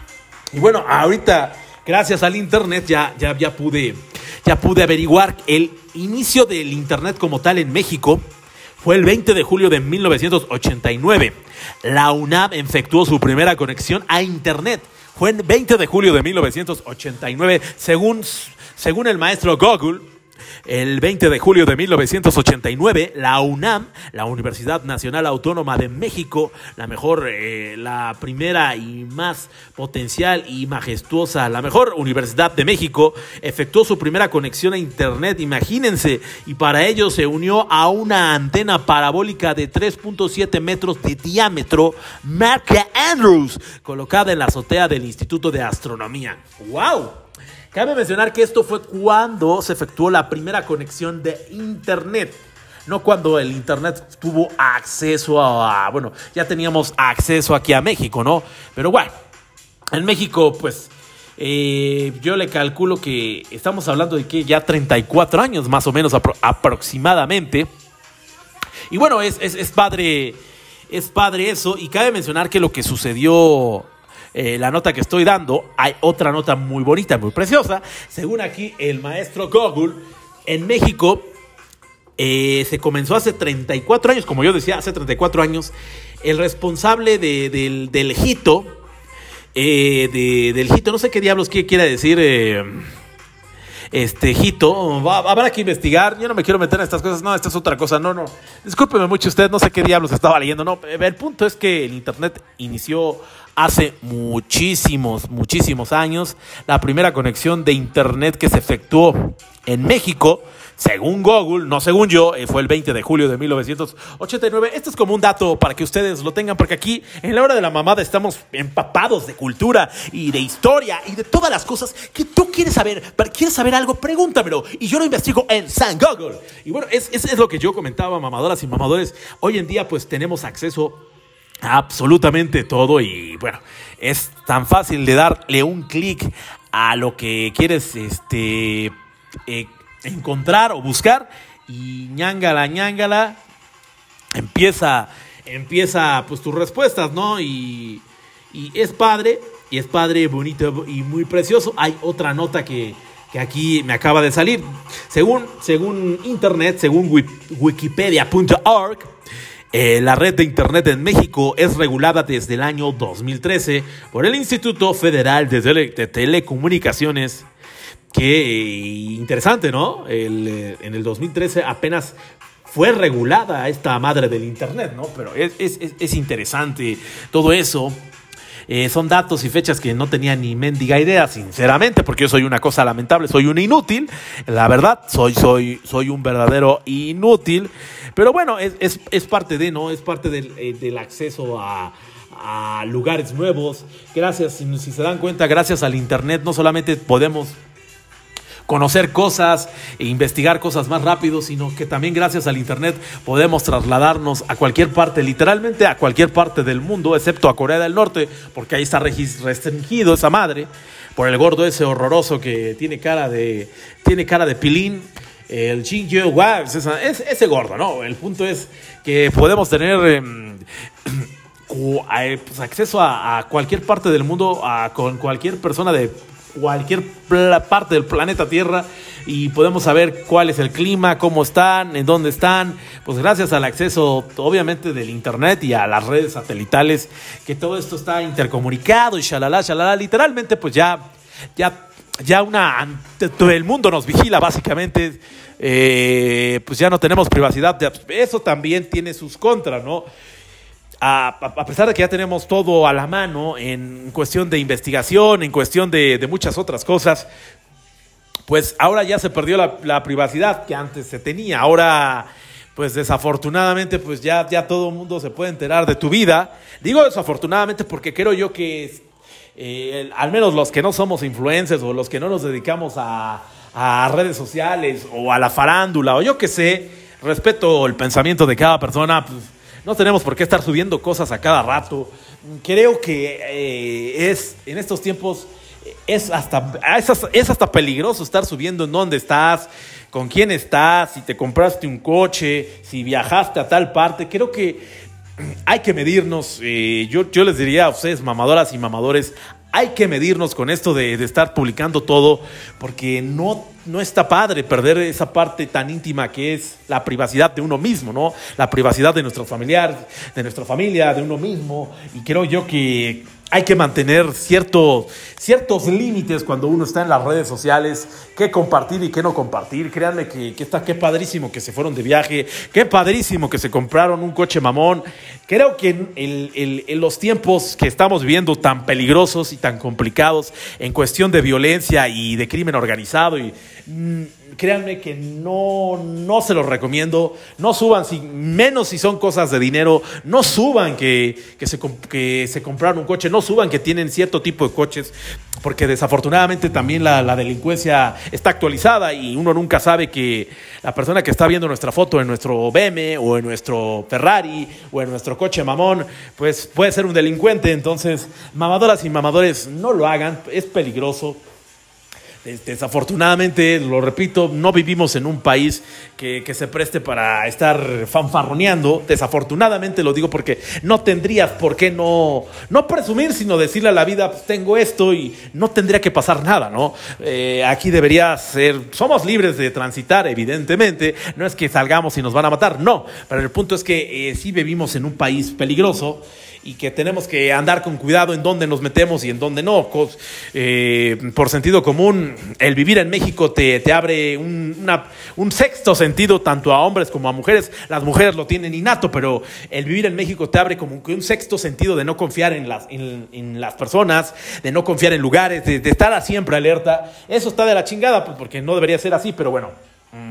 Y bueno, ahorita, gracias al internet, ya, ya, ya, pude, ya pude averiguar el inicio del internet como tal en México. Fue el veinte de julio de mil novecientos ochenta y nueve. La UNAM efectuó su primera conexión a internet. Fue el veinte de julio de mil novecientos ochenta y nueve, según, según el maestro Google. El veinte de julio de mil novecientos ochenta y nueve, la UNAM, la Universidad Nacional Autónoma de México, la mejor, eh, la primera y más potencial y majestuosa, la mejor universidad de México, efectuó su primera conexión a internet, imagínense, y para ello se unió a una antena parabólica de tres punto siete metros de diámetro, marca Andrews, colocada en la azotea del Instituto de Astronomía. ¡Wow! Cabe mencionar que esto fue cuando se efectuó la primera conexión de internet, no cuando el internet tuvo acceso a, a, bueno, ya teníamos acceso aquí a México, ¿no? Pero bueno, en México, pues, eh, yo le calculo que estamos hablando de que ya treinta y cuatro años más o menos apro- aproximadamente. Y bueno, es, es, es padre, es padre eso, y cabe mencionar que lo que sucedió... Eh, la nota que estoy dando, hay otra nota muy bonita, muy preciosa. Según aquí el maestro Google, en México eh, se comenzó hace treinta y cuatro años, como yo decía, hace treinta y cuatro años. El responsable de, del, del hito eh, de, del hito, no sé qué diablos quiere, quiere decir... Eh, Este, hito, va, habrá que investigar. Yo no me quiero meter en estas cosas. No, esta es otra cosa. No, no. Discúlpeme mucho usted. No sé qué diablos estaba leyendo. No, el punto es que el internet inició hace muchísimos, muchísimos años. La primera conexión de internet que se efectuó en México, según Google, no según yo, fue el veinte de julio de mil novecientos ochenta y nueve. Esto es como un dato para que ustedes lo tengan, porque aquí en la hora de la mamada estamos empapados de cultura y de historia y de todas las cosas que tú quieres saber. ¿Quieres saber algo? Pregúntamelo y yo lo investigo en San Google. Y bueno, es, es, es lo que yo comentaba, mamadoras y mamadores. Hoy en día pues tenemos acceso a absolutamente todo y bueno, es tan fácil de darle un clic a lo que quieres este... Eh, encontrar o buscar y ñángala, ñángala, empieza, empieza pues tus respuestas, ¿no? Y, y es padre, y es padre, bonito y muy precioso. Hay otra nota que, que aquí me acaba de salir. Según, según internet, según wikipedia punto org, eh, la red de internet en México es regulada desde el año dos mil trece por el Instituto Federal de, Tele- de Telecomunicaciones. Qué interesante, ¿no? El, eh, en el dos mil trece apenas fue regulada esta madre del internet, ¿no? Pero es, es, es interesante todo eso. Eh, son datos y fechas que no tenía ni mendiga idea, sinceramente, porque yo soy una cosa lamentable, soy un inútil, la verdad, soy, soy, soy un verdadero inútil. Pero bueno, es, es, es parte de, ¿no? Es parte del, eh, del acceso a... a lugares nuevos. Gracias, si, si se dan cuenta, gracias al internet no solamente podemos conocer cosas e investigar cosas más rápido, sino que también gracias al internet podemos trasladarnos a cualquier parte, literalmente a cualquier parte del mundo, excepto a Corea del Norte, porque ahí está restringido esa madre por el gordo ese horroroso que tiene cara de tiene cara de pilín, el Jin Yo Wa, es ese gordo, ¿no? El punto es que podemos tener eh, pues, acceso a, a cualquier parte del mundo, a, con cualquier persona de cualquier parte del planeta Tierra, y podemos saber cuál es el clima, cómo están, en dónde están, pues gracias al acceso obviamente del internet y a las redes satelitales, que todo esto está intercomunicado y shalala, shalala, literalmente pues ya, ya, ya una, todo el mundo nos vigila básicamente, eh, pues ya no tenemos privacidad, eso también tiene sus contras, ¿no? A, a pesar de que ya tenemos todo a la mano en cuestión de investigación, en cuestión de, de muchas otras cosas, pues ahora ya se perdió la, la privacidad que antes se tenía. Ahora, pues desafortunadamente, pues ya, ya todo el mundo se puede enterar de tu vida. Digo desafortunadamente porque creo yo que eh, al menos los que no somos influencers o los que no nos dedicamos a, a redes sociales o a la farándula o yo qué sé, respeto el pensamiento de cada persona, pues no tenemos por qué estar subiendo cosas a cada rato. Creo que eh, es en estos tiempos es hasta, es, hasta, es hasta peligroso estar subiendo en dónde estás, con quién estás, si te compraste un coche, si viajaste a tal parte. Creo que hay que medirnos. Eh, yo, yo les diría a ustedes, mamadoras y mamadores, hay que medirnos con esto de, de estar publicando todo, porque no, no está padre perder esa parte tan íntima que es la privacidad de uno mismo, ¿no? La privacidad de nuestros familiares, de nuestra familia, de uno mismo. Y creo yo que hay que mantener cierto, ciertos límites cuando uno está en las redes sociales, qué compartir y qué no compartir. Créanme que, que está, qué padrísimo que se fueron de viaje, qué padrísimo que se compraron un coche mamón. Creo que en, el, el, en los tiempos que estamos viviendo tan peligrosos y tan complicados en cuestión de violencia y de crimen organizado, y mmm, créanme que no, no se los recomiendo. No suban, si, menos si son cosas de dinero, no suban que, que, se, que se compraron un coche, no suban que tienen cierto tipo de coches, porque desafortunadamente también la, la delincuencia está actualizada y uno nunca sabe que la persona que está viendo nuestra foto en nuestro B M o en nuestro Ferrari o en nuestro coche mamón, pues puede ser un delincuente. Entonces, mamadoras y mamadores, no lo hagan, es peligroso. Desafortunadamente, lo repito, no vivimos en un país que, que se preste para estar fanfarroneando. Desafortunadamente lo digo porque no tendrías por qué no, no presumir, sino decirle a la vida, pues tengo esto y no tendría que pasar nada, ¿no? Eh, aquí debería ser, somos libres de transitar, evidentemente, no es que salgamos y nos van a matar, no, pero el punto es que eh, sí vivimos en un país peligroso. y que tenemos que andar con cuidado en dónde nos metemos y en dónde no. Eh, por sentido común, el vivir en México te, te abre un, una, un sexto sentido tanto a hombres como a mujeres. Las mujeres lo tienen innato, pero el vivir en México te abre como que un sexto sentido de no confiar en las, en, en las personas, de no confiar en lugares, de, de estar siempre alerta. Eso está de la chingada, pues porque no debería ser así, pero bueno.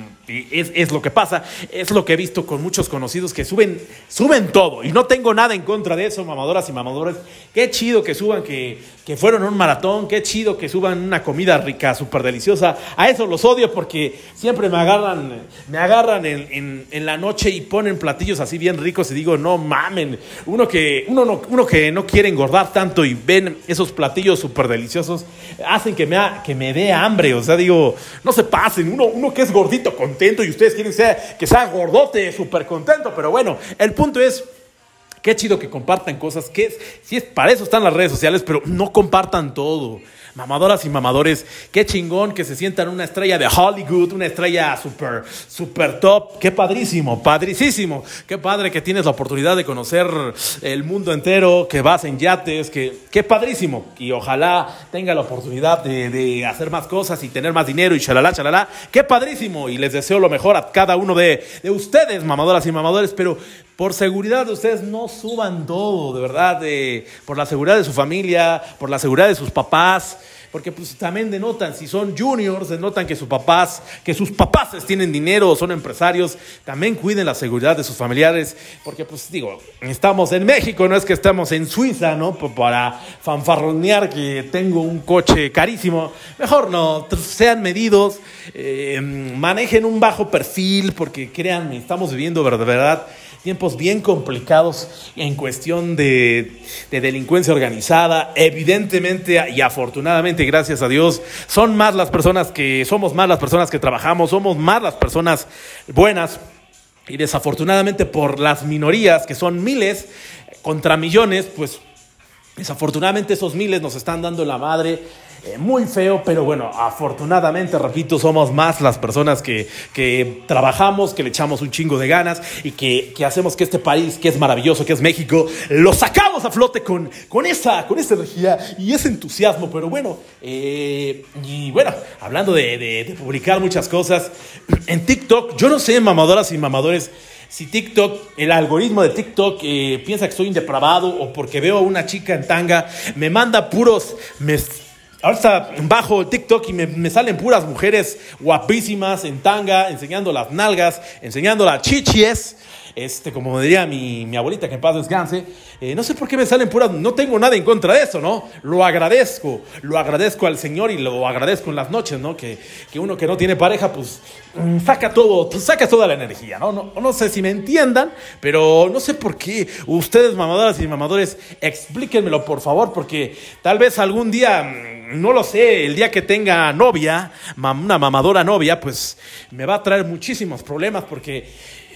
Es, es lo que pasa, es lo que he visto con muchos conocidos que suben, suben todo, y no tengo nada en contra de eso, mamadoras y mamadores. Qué chido que suban que, que fueron a un maratón, qué chido que suban una comida rica, súper deliciosa. A eso los odio porque siempre me agarran, me agarran en, en, en la noche y ponen platillos así bien ricos y digo, no mamen, uno que, uno no, uno que no quiere engordar tanto y ven esos platillos súper deliciosos, hacen que me, ha, que me dé hambre. O sea, digo, no se pasen, uno, uno que es gordito, contento, y ustedes quieren ser, que sea gordote, súper contento, pero bueno, el punto es, qué chido que compartan cosas, que es, si es, para eso están las redes sociales, pero no compartan todo. Mamadoras y mamadores, qué chingón que se sientan una estrella de Hollywood, una estrella súper, súper top. Qué padrísimo, padricísimo. Qué padre que tienes la oportunidad de conocer el mundo entero, que vas en yates, que, qué padrísimo. Y ojalá tenga la oportunidad de, de hacer más cosas y tener más dinero y chalala, chalala. Qué padrísimo. Y les deseo lo mejor a cada uno de, de ustedes, mamadoras y mamadores, pero por seguridad de ustedes no suban todo, de verdad, de, por la seguridad de su familia, por la seguridad de sus papás, porque pues también denotan, si son juniors, denotan que sus papás, que sus papás tienen dinero o son empresarios, también cuiden la seguridad de sus familiares, porque pues digo, estamos en México, no es que estamos en Suiza, ¿no? Para fanfarronear que tengo un coche carísimo, mejor no, sean medidos, eh, manejen un bajo perfil, porque créanme, estamos viviendo de verdad tiempos bien complicados en cuestión de, de delincuencia organizada. Evidentemente y afortunadamente, gracias a Dios, son más las personas que, somos más las personas que trabajamos, somos más las personas buenas, y desafortunadamente por las minorías, que son miles contra millones, pues desafortunadamente esos miles nos están dando la madre. Eh, muy feo, pero bueno, afortunadamente, repito, somos más las personas que, que trabajamos, que le echamos un chingo de ganas y que, que hacemos que este país, que es maravilloso, que es México, lo sacamos a flote con, con, esa, con esa energía y ese entusiasmo. Pero bueno, eh, y bueno, hablando de, de, de publicar muchas cosas en TikTok, yo no sé, mamadoras y mamadores, si TikTok, el algoritmo de TikTok eh, piensa que soy un depravado, o porque veo a una chica en tanga, me manda puros... Me, Ahorita bajo TikTok y me, me salen puras mujeres guapísimas en tanga, enseñando las nalgas, enseñando las chichies, este, como diría mi, mi abuelita, que en paz descanse. Eh, no sé por qué me salen puras, no tengo nada en contra de eso, ¿no? Lo agradezco, lo agradezco al Señor y lo agradezco en las noches, ¿no? Que, que uno que no tiene pareja, pues saca todo, saca toda la energía, ¿no? No, no sé si me entiendan, pero no sé por qué. Ustedes, mamadoras y mamadores, explíquenmelo, por favor, porque tal vez algún día... No lo sé, el día que tenga novia, una mamadora novia, pues me va a traer muchísimos problemas porque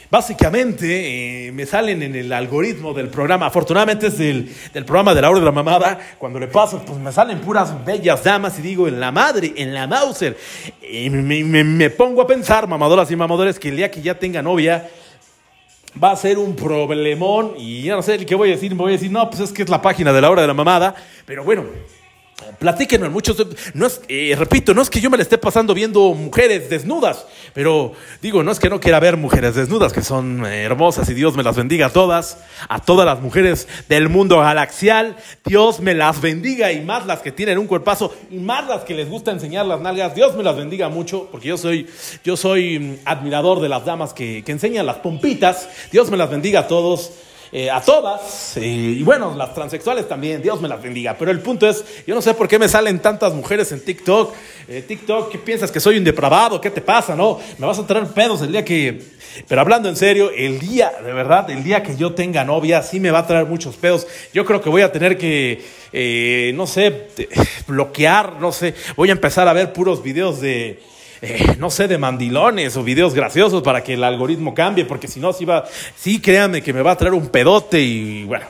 básicamente eh, me salen en el algoritmo del programa. Afortunadamente es del, del programa de la hora de la mamada. Cuando le paso, pues me salen puras bellas damas y digo, en la madre, en la Mauser. Y me, me, me pongo a pensar, mamadoras y mamadores, que el día que ya tenga novia va a ser un problemón. Y ya no sé qué voy a decir, me voy a decir, no, pues es que es la página de la hora de la mamada. Pero bueno, platíquenme muchos, no es, eh, repito, no es que yo me la esté pasando viendo mujeres desnudas, pero digo, no es que no quiera ver mujeres desnudas, que son eh, hermosas y Dios me las bendiga a todas, a todas las mujeres del mundo galaxial, Dios me las bendiga, y más las que tienen un cuerpazo, y más las que les gusta enseñar las nalgas, Dios me las bendiga mucho, porque yo soy, yo soy admirador de las damas que, que enseñan las pompitas, Dios me las bendiga a todos. Eh, a todas, eh, y bueno, las transexuales también, Dios me las bendiga, pero el punto es, yo no sé por qué me salen tantas mujeres en TikTok. eh, TikTok, ¿qué piensas? ¿Que soy un depravado? ¿Qué te pasa? No, me vas a traer pedos el día que, pero hablando en serio, el día, de verdad, el día que yo tenga novia, sí me va a traer muchos pedos. Yo creo que voy a tener que, eh, no sé, bloquear, no sé, voy a empezar a ver puros videos de... Eh, no sé, de mandilones o videos graciosos para que el algoritmo cambie, porque si no, sí, va, sí, créanme que me va a traer un pedote y bueno,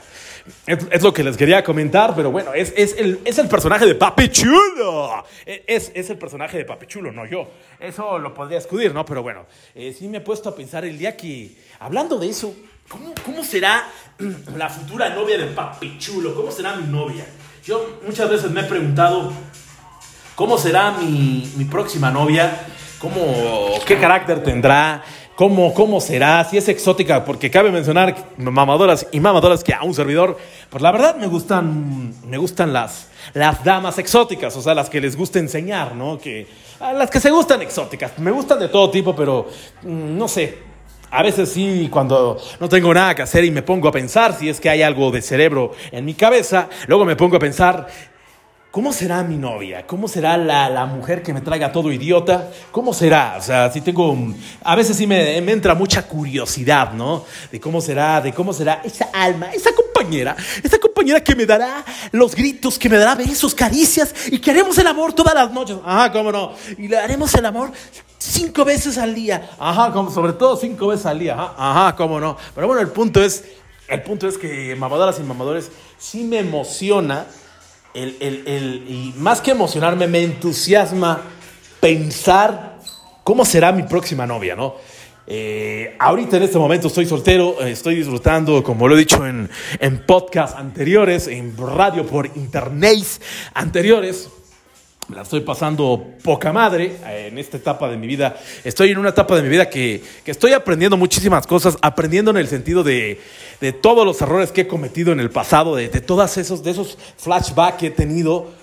Es, es lo que les quería comentar, pero bueno, es, es, el, es el personaje de Papi Chulo. Es, es el personaje de Papi Chulo, no yo. Eso lo podría escudir, ¿no? Pero bueno, eh, sí me he puesto a pensar el día que, hablando de eso, ¿cómo, cómo será la futura novia de Papi Chulo? ¿Cómo será mi novia? Yo muchas veces me he preguntado, ¿cómo será mi, mi próxima novia? ¿Cómo, ¿Qué carácter tendrá? ¿Cómo, ¿Cómo será? Si es exótica, porque cabe mencionar mamadoras y mamadoras que a un servidor, pues la verdad me gustan, me gustan las, las damas exóticas, o sea, las que les gusta enseñar, ¿no? Que, las que se gustan exóticas, me gustan de todo tipo, pero mmm, no sé, a veces sí, cuando no tengo nada que hacer y me pongo a pensar, si es que hay algo de cerebro en mi cabeza, luego me pongo a pensar, ¿cómo será mi novia? ¿Cómo será la, la mujer que me traiga todo idiota? ¿Cómo será? O sea, sí tengo... A veces sí me, me entra mucha curiosidad, ¿no? De cómo será, de cómo será esa alma, esa compañera, esa compañera que me dará los gritos, que me dará besos, caricias y que haremos el amor todas las noches. Ajá, cómo no. Y le haremos el amor cinco veces al día. Ajá, como, sobre todo cinco veces al día. Ajá, ajá, cómo no. Pero bueno, el punto es, el punto es que mamadoras y mamadores sí me emociona. El, el, el, y más que emocionarme, me entusiasma pensar cómo será mi próxima novia, ¿no? Eh, ahorita en este momento estoy soltero, eh, estoy disfrutando, como lo he dicho en, en podcasts anteriores, en radio por internet anteriores. La estoy pasando poca madre eh, en esta etapa de mi vida. Estoy en una etapa de mi vida que, que estoy aprendiendo muchísimas cosas, aprendiendo en el sentido de, de todos los errores que he cometido en el pasado, de, de todos esos, de esos flashbacks que he tenido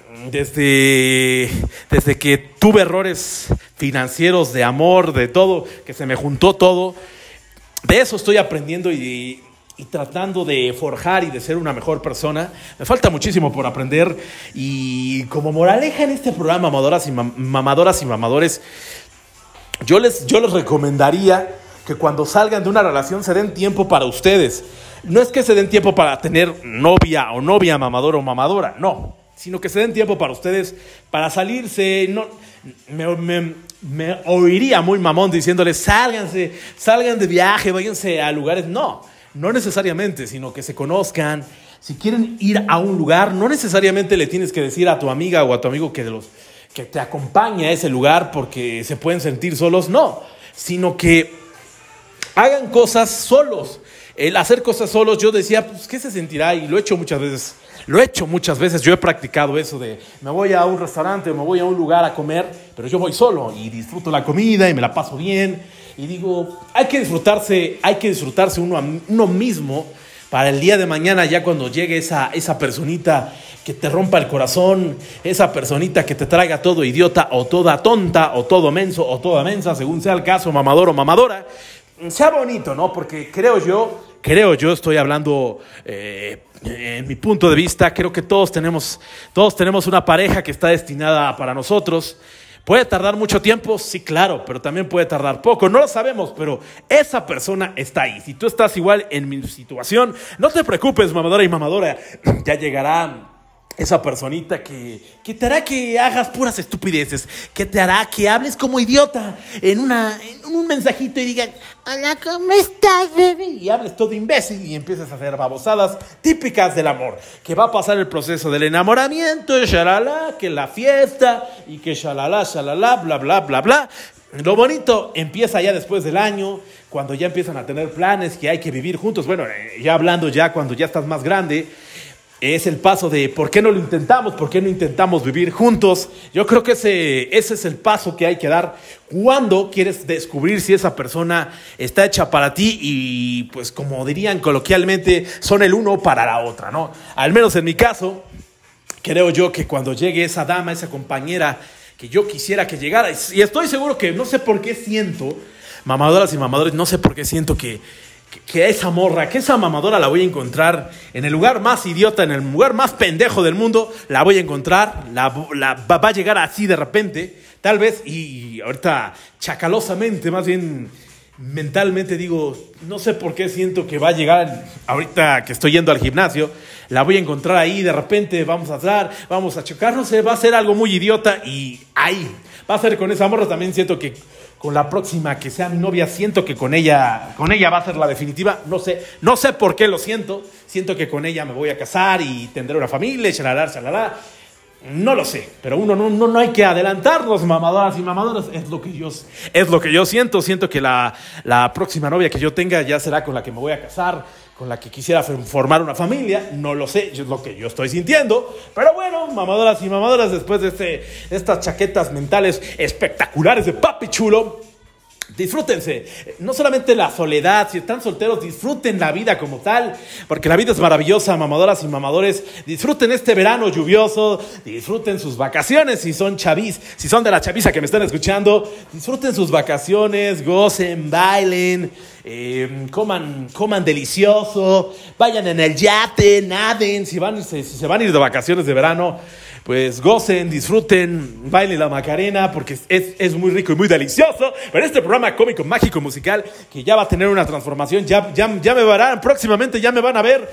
desde, desde que tuve errores financieros, de amor, de todo, que se me juntó todo. De eso estoy aprendiendo y... y tratando de forjar y de ser una mejor persona. Me falta muchísimo por aprender y como moraleja en este programa, mamadoras y, mam- mamadoras y mamadores, yo les, yo les recomendaría que cuando salgan de una relación se den tiempo para ustedes. No es que se den tiempo para tener novia o novia mamador o mamadora, no, sino que se den tiempo para ustedes, para salirse. No, me, me, me oiría muy mamón diciéndoles sálganse, salgan de viaje, váyanse a lugares. No, no necesariamente, sino que se conozcan. Si quieren ir a un lugar, no necesariamente le tienes que decir a tu amiga o a tu amigo que, de los, que te acompañe a ese lugar porque se pueden sentir solos. No, sino que hagan cosas solos. El hacer cosas solos, yo decía, pues, ¿qué se sentirá? Y lo he hecho muchas veces. Lo he hecho muchas veces. Yo he practicado eso de me voy a un restaurante o me voy a un lugar a comer, pero yo voy solo y disfruto la comida y me la paso bien. Y digo, hay que disfrutarse, hay que disfrutarse uno, uno mismo para el día de mañana, ya cuando llegue esa, esa personita que te rompa el corazón, esa personita que te traiga todo idiota o toda tonta o todo menso o toda mensa, según sea el caso, mamador o mamadora, sea bonito, ¿no? Porque creo yo, creo yo, estoy hablando eh, en mi punto de vista, creo que todos tenemos, todos tenemos una pareja que está destinada para nosotros. ¿Puede tardar mucho tiempo? Sí, claro, pero también puede tardar poco. No lo sabemos, pero esa persona está ahí. Si tú estás igual en mi situación, no te preocupes, mamadora y mamadora. Ya llegará esa personita que, que te hará que hagas puras estupideces, que te hará que hables como idiota en, una, en un mensajito y digan, hola, ¿cómo estás, bebé? Y hables todo imbécil y empieces a hacer babosadas típicas del amor. Que va a pasar el proceso del enamoramiento, shalala, que la fiesta y que shalala, shalala, bla, bla, bla, bla. Lo bonito empieza ya después del año, cuando ya empiezan a tener planes que hay que vivir juntos. Bueno, ya hablando ya cuando ya estás más grande, es el paso de ¿por qué no lo intentamos? ¿Por qué no intentamos vivir juntos? Yo creo que ese, ese es el paso que hay que dar cuando quieres descubrir si esa persona está hecha para ti y, pues, como dirían coloquialmente, son el uno para la otra, ¿no? Al menos en mi caso, creo yo que cuando llegue esa dama, esa compañera que yo quisiera que llegara, y estoy seguro que no sé por qué siento, mamadoras y mamadores, no sé por qué siento que que esa morra, que esa mamadora la voy a encontrar en el lugar más idiota, en el lugar más pendejo del mundo, la voy a encontrar, la, la va, va a llegar así de repente, tal vez, y ahorita chacalosamente, más bien mentalmente digo, no sé por qué siento que va a llegar, ahorita que estoy yendo al gimnasio, la voy a encontrar ahí, de repente vamos a hablar, vamos a chocar, no sé, va a ser algo muy idiota y ahí, va a ser con esa morra, también siento que con la próxima que sea mi novia, siento que con ella, con ella va a ser la definitiva. No sé, no sé por qué lo siento. Siento que con ella me voy a casar y tendré una familia, shalala, shalala. No lo sé, pero uno no, no, no hay que adelantarnos, mamadoras y mamadoras. Es lo que yo, es lo que yo siento. Siento que la, la próxima novia que yo tenga ya será con la que me voy a casar, con la que quisiera formar una familia. No lo sé, es lo que yo estoy sintiendo. Pero bueno, mamadoras y mamadoras, después de, este, de estas chaquetas mentales espectaculares de papi chulo, disfrútense, no solamente la soledad, si están solteros, disfruten la vida como tal, porque la vida es maravillosa, mamadoras y mamadores. Disfruten este verano lluvioso, disfruten sus vacaciones, si son chavis, si son de la chaviza que me están escuchando, disfruten sus vacaciones, gocen, bailen, eh, coman, coman delicioso, vayan en el yate, naden, si, van, si, si se van a ir de vacaciones de verano, pues gocen, disfruten, bailen la Macarena, porque es, es muy rico y muy delicioso. Pero este programa cómico, mágico, musical, que ya va a tener una transformación, ya, ya, ya me verán, próximamente ya me van a ver,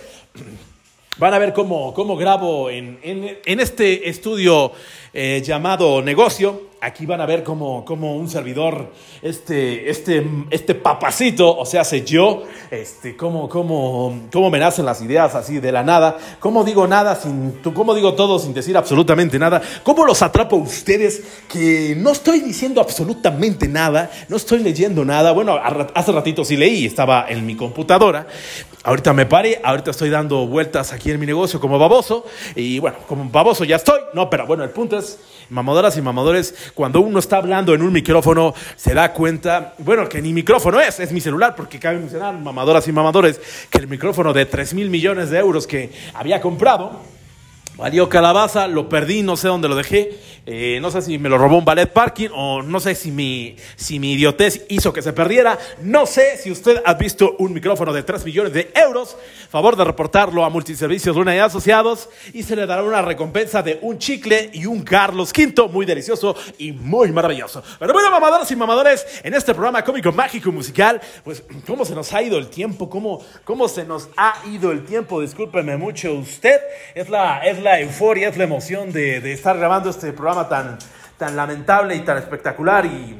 van a ver cómo, cómo grabo en, en, en este estudio eh, llamado Negocio. Aquí van a ver cómo, cómo un servidor, este, este, este papacito, o sea, sé yo, este, cómo, cómo, cómo me nacen las ideas así de la nada, cómo digo nada sin, cómo digo todo sin decir absolutamente nada, cómo los atrapo a ustedes que no estoy diciendo absolutamente nada, no estoy leyendo nada. Bueno, hace ratito sí leí, estaba en mi computadora, ahorita me paré, ahorita estoy dando vueltas aquí en mi negocio como baboso, y bueno, como baboso ya estoy, no, pero bueno, el punto es, mamadoras y mamadores, cuando uno está hablando en un micrófono, se da cuenta, bueno, que ni micrófono es, es mi celular, porque cabe mencionar, mamadoras y mamadores, que el micrófono de tres mil millones de euros que había comprado, valió calabaza, lo perdí, no sé dónde lo dejé, eh, no sé si me lo robó un ballet parking o no sé si mi, si mi idiotez hizo que se perdiera. No sé si usted ha visto un micrófono de tres millones de euros, favor de reportarlo a Multiservicios Luna y Asociados y se le dará una recompensa de un chicle y un Carlos Quinto muy delicioso y muy maravilloso. Pero bueno, mamadoras y mamadores, en este programa cómico, mágico, musical, pues cómo se nos ha ido el tiempo, cómo, cómo se nos ha ido el tiempo, discúlpeme mucho usted, es la, es la euforia, es la emoción de, de estar grabando este programa tan, tan lamentable y tan espectacular y,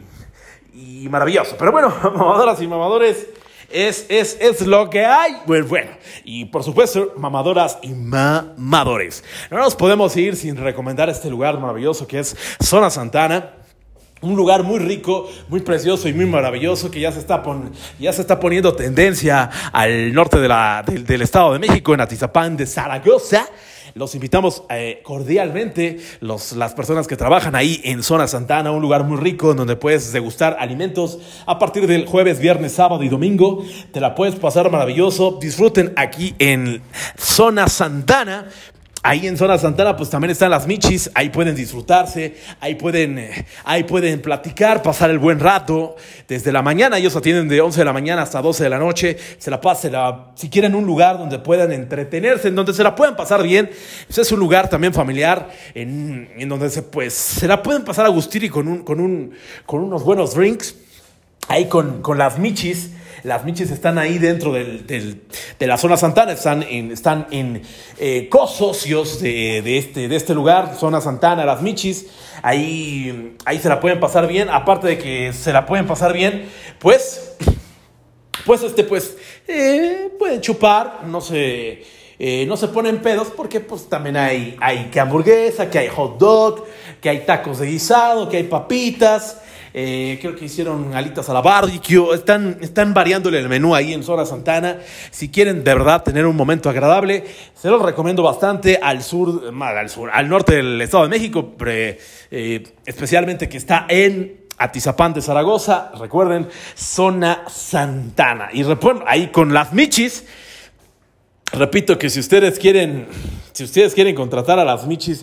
y maravilloso. Pero bueno, mamadoras y mamadores, es, es, es lo que hay. Pues bueno, y por supuesto, mamadoras y mamadores, no nos podemos ir sin recomendar este lugar maravilloso que es Zona Santana. Un lugar muy rico, muy precioso y muy maravilloso que ya se está, pon, ya se está poniendo tendencia al norte de la, del, del Estado de México, en Atizapán de Zaragoza. Los invitamos eh, cordialmente, los, las personas que trabajan ahí en Zona Santana, un lugar muy rico en donde puedes degustar alimentos a partir del jueves, viernes, sábado y domingo. Te la puedes pasar maravilloso. Disfruten aquí en Zona Santana. Ahí en Zona Santana pues también están las michis, ahí pueden disfrutarse, ahí pueden, eh, ahí pueden platicar, pasar el buen rato desde la mañana. Ellos atienden de once de la mañana hasta doce de la noche. Se la pasen, si quieren un lugar donde puedan entretenerse, en donde se la puedan pasar bien. Pues es un lugar también familiar en, en donde se, pues, se la pueden pasar a gustir y con, un, con, un, con unos buenos drinks. Ahí con, con las michis. Las michis están ahí dentro del, del, de la Zona Santana, están en, están en eh, co-socios de, de, este, de este lugar, Zona Santana, las michis. Ahí, ahí se la pueden pasar bien, aparte de que se la pueden pasar bien, pues, pues, este, pues, eh, pueden chupar, no se, eh, no se ponen pedos, porque pues también hay, hay que hamburguesa, que hay hot dog, que hay tacos de guisado, que hay papitas. Eh, creo que hicieron alitas a la barbecue. Están, están variándole el menú ahí en Zona Santana. Si quieren de verdad tener un momento agradable, se los recomiendo bastante al sur, mal, al sur, al norte del Estado de México, pre, eh, especialmente que está en Atizapán de Zaragoza. Recuerden, Zona Santana. Y recuerden, ahí con las michis. Repito que si ustedes quieren, si ustedes quieren contratar a las michis,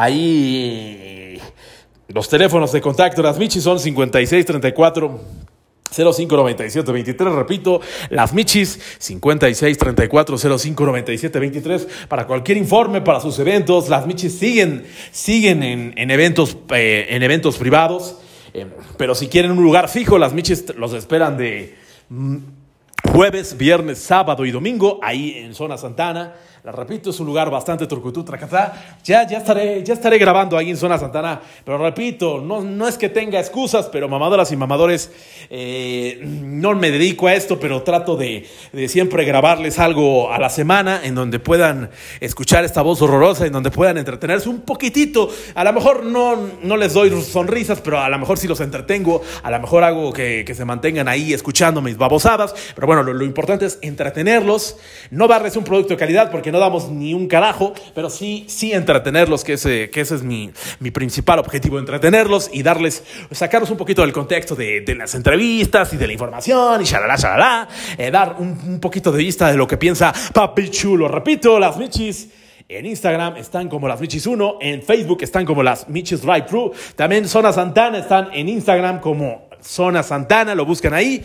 ahí los teléfonos de contacto de las michis son cincuenta y seis treinta y cuatro cero cinco noventa y siete veintitrés. Repito, las michis cincuenta y seis treinta y cuatro cero cinco noventa y siete veintitrés para cualquier informe, para sus eventos. Las michis siguen, siguen en, en, eventos, eh, en eventos privados, eh, pero si quieren un lugar fijo, las michis los esperan de mm, jueves, viernes, sábado y domingo, ahí en Zona Santana. La repito, es un lugar bastante turcutú, tracatá. Ya, ya estaré, ya estaré grabando ahí en Zona Santana. Pero repito, no, no es que tenga excusas, pero mamadoras y mamadores, eh, no me dedico a esto, pero trato de, de siempre grabarles algo a la semana en donde puedan escuchar esta voz horrorosa, en donde puedan entretenerse un poquitito. A lo mejor no, no les doy sonrisas, pero a lo mejor sí los entretengo. A lo mejor hago que, que se mantengan ahí escuchando mis babosadas. Pero bueno, lo, lo importante es entretenerlos, no darles un producto de calidad porque no damos ni un carajo, pero sí, sí entretenerlos, que ese, que ese es mi, mi principal objetivo, entretenerlos y darles, sacarlos un poquito del contexto de, de las entrevistas y de la información y shalala, shalala, eh, dar un, un poquito de vista de lo que piensa Papi Chulo. Repito, las Michis en Instagram están como las Michis uno, en Facebook están como las Michis Drive Thru, también Zona Santana están en Instagram como Zona Santana, lo buscan ahí.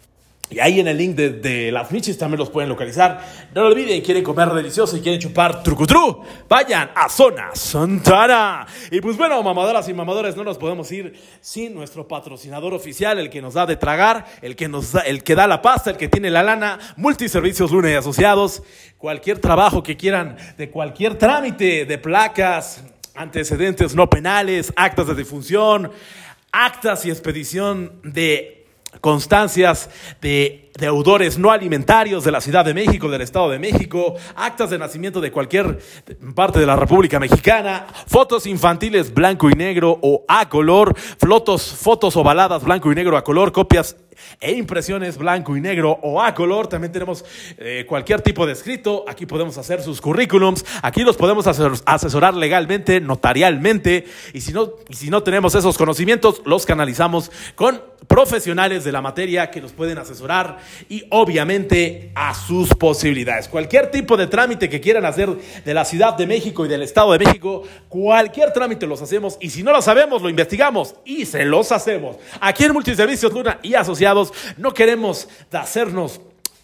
Y ahí en el link de, de las Michis también los pueden localizar. No lo olviden, quieren comer delicioso y quieren chupar trucutru, vayan a Zona Santana. Y pues bueno, mamadoras y mamadores, no nos podemos ir sin nuestro patrocinador oficial, el que nos da de tragar, el que nos da, el que da la pasta, el que tiene la lana, Multiservicios Luna y Asociados. Cualquier trabajo que quieran, de cualquier trámite de placas, antecedentes no penales, actas de defunción, actas y expedición de constancias de deudores no alimentarios de la Ciudad de México, del Estado de México, actas de nacimiento de cualquier parte de la República Mexicana, fotos infantiles blanco y negro o a color, fotos, fotos ovaladas blanco y negro a color, copias e impresiones blanco y negro o a color. También tenemos eh, cualquier tipo de escrito. Aquí podemos hacer sus currículums, aquí los podemos asesorar legalmente, notarialmente, y si no, y si no tenemos esos conocimientos, los canalizamos con profesionales de la materia que nos pueden asesorar y obviamente a sus posibilidades. Cualquier tipo de trámite que quieran hacer de la Ciudad de México y del Estado de México, cualquier trámite los hacemos, y si no lo sabemos, lo investigamos y se los hacemos. Aquí en Multiservicios Luna y Asociados no queremos hacernos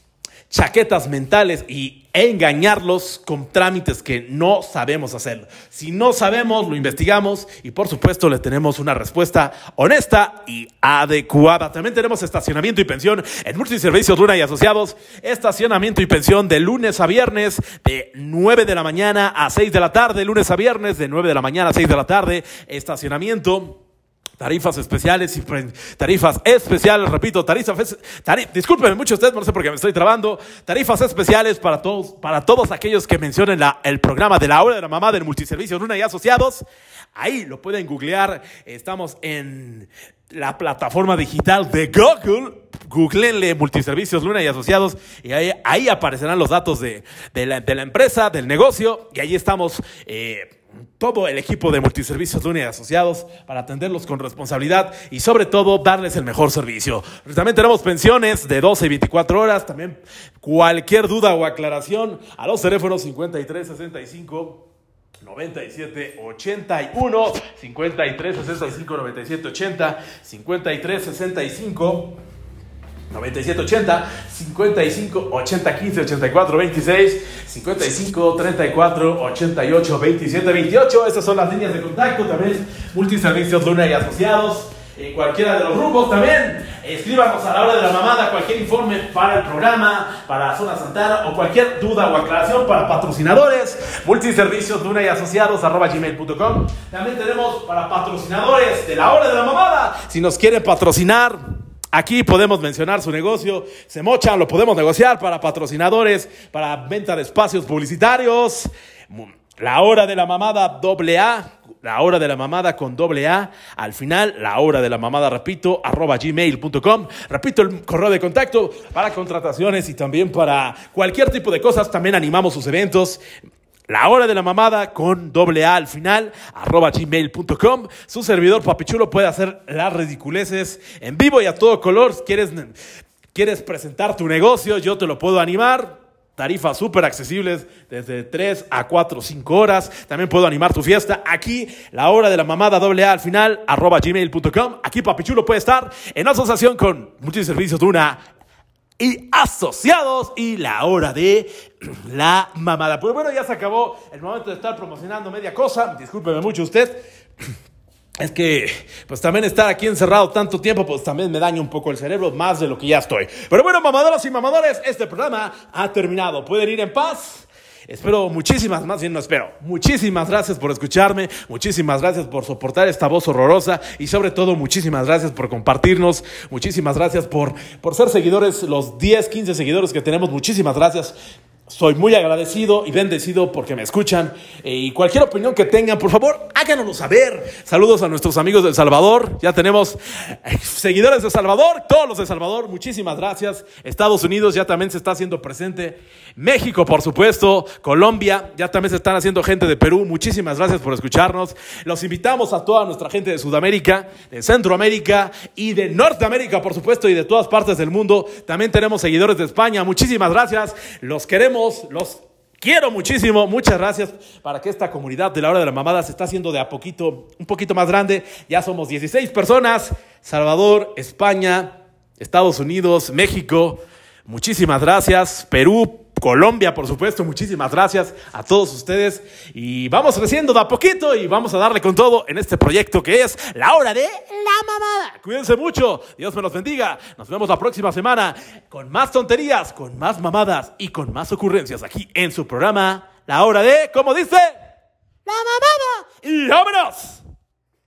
chaquetas mentales y engañarlos con trámites que no sabemos hacer. Si no sabemos, lo investigamos y por supuesto le tenemos una respuesta honesta y adecuada. También tenemos estacionamiento y pensión en Multiservicios Luna y Asociados. Estacionamiento y pensión de lunes a viernes de nueve de la mañana a seis de la tarde. Lunes a viernes de nueve de la mañana a seis de la tarde. Estacionamiento. Tarifas especiales y tarifas especiales, repito, tarifas, tarif, discúlpenme mucho ustedes, no sé por qué me estoy trabando, tarifas especiales para todos, para todos aquellos que mencionen la, el programa de la hora de la mamá del Multiservicios Luna y Asociados. Ahí lo pueden googlear, estamos en la plataforma digital de Google, googleenle Multiservicios Luna y Asociados y ahí, ahí aparecerán los datos de, de, la, de la empresa, del negocio, y ahí estamos eh, todo el equipo de Multiservicios Luna y Asociados para atenderlos con responsabilidad y sobre todo darles el mejor servicio. También tenemos pensiones de doce y veinticuatro horas. También cualquier duda o aclaración a los teléfonos cincuenta y tres sesenta y cinco noventa y siete ochenta y uno, cincuenta y tres sesenta y cinco noventa y siete ochenta, cincuenta y tres sesenta y cinco noventa y siete ochenta, cincuenta y cinco ochenta quince ochenta y cuatro veintiséis, cincuenta y cinco treinta y cuatro ochenta y ocho veintisiete veintiocho. Estas son las líneas de contacto. También Multiservicios Luna y Asociados en cualquiera de los grupos. También escríbanos a la hora de la mamada cualquier informe para el programa, para Zona Santana, o cualquier duda o aclaración para patrocinadores. Multiservicios Luna y Asociados arroba gmail punto com. También tenemos para patrocinadores de la hora de la mamada, si nos quieren patrocinar, aquí podemos mencionar su negocio, se mochan, lo podemos negociar para patrocinadores, para venta de espacios publicitarios. La hora de la mamada doble A, la hora de la mamada con doble A, al final, la hora de la mamada, repito, arroba gmail punto com. Repito el correo de contacto para contrataciones y también para cualquier tipo de cosas. También animamos sus eventos. La hora de la mamada con doble A al final, arroba gmail punto com. Su servidor Papichulo puede hacer las ridiculeces en vivo y a todo color. ¿Quieres, quieres presentar tu negocio? Yo te lo puedo animar. Tarifas súper accesibles desde tres a cuatro, cinco horas. También puedo animar tu fiesta. Aquí, la hora de la mamada doble A al final, arroba gmail punto com. Aquí Papichulo puede estar en asociación con Multiservicios Luna y Asociados y la hora de la mamada. Pues bueno, ya se acabó el momento de estar promocionando media cosa. Discúlpeme mucho usted. Es que, pues también estar aquí encerrado tanto tiempo, pues también me daña un poco el cerebro, más de lo que ya estoy. Pero bueno, mamadoras y mamadores, este programa ha terminado. Pueden ir en paz. Espero muchísimas, más bien no espero, muchísimas gracias por escucharme, muchísimas gracias por soportar esta voz horrorosa y sobre todo muchísimas gracias por compartirnos, muchísimas gracias por, por ser seguidores, los diez, quince seguidores que tenemos, muchísimas gracias. Soy muy agradecido y bendecido porque me escuchan eh, y cualquier opinión que tengan, por favor, háganoslo saber. Saludos a nuestros amigos de El Salvador. Ya tenemos eh, seguidores de El Salvador, todos los de El Salvador. Muchísimas gracias. Estados Unidos ya también se está haciendo presente. México, por supuesto. Colombia, ya también se están haciendo gente de Perú. Muchísimas gracias por escucharnos. Los invitamos a toda nuestra gente de Sudamérica, de Centroamérica y de Norteamérica, por supuesto, y de todas partes del mundo. También tenemos seguidores de España. Muchísimas gracias. Los queremos. Los quiero muchísimo, muchas gracias para que esta comunidad de la hora de la mamada se está haciendo de a poquito, un poquito más grande. Ya somos dieciséis personas, Salvador, España, Estados Unidos, México, muchísimas gracias, Perú, Colombia, por supuesto, muchísimas gracias a todos ustedes y vamos creciendo de a poquito y vamos a darle con todo en este proyecto que es La Hora de la Mamada. Cuídense mucho, Dios me los bendiga, nos vemos la próxima semana con más tonterías, con más mamadas y con más ocurrencias aquí en su programa La Hora de, ¿cómo dice? La Mamada. Y vámonos.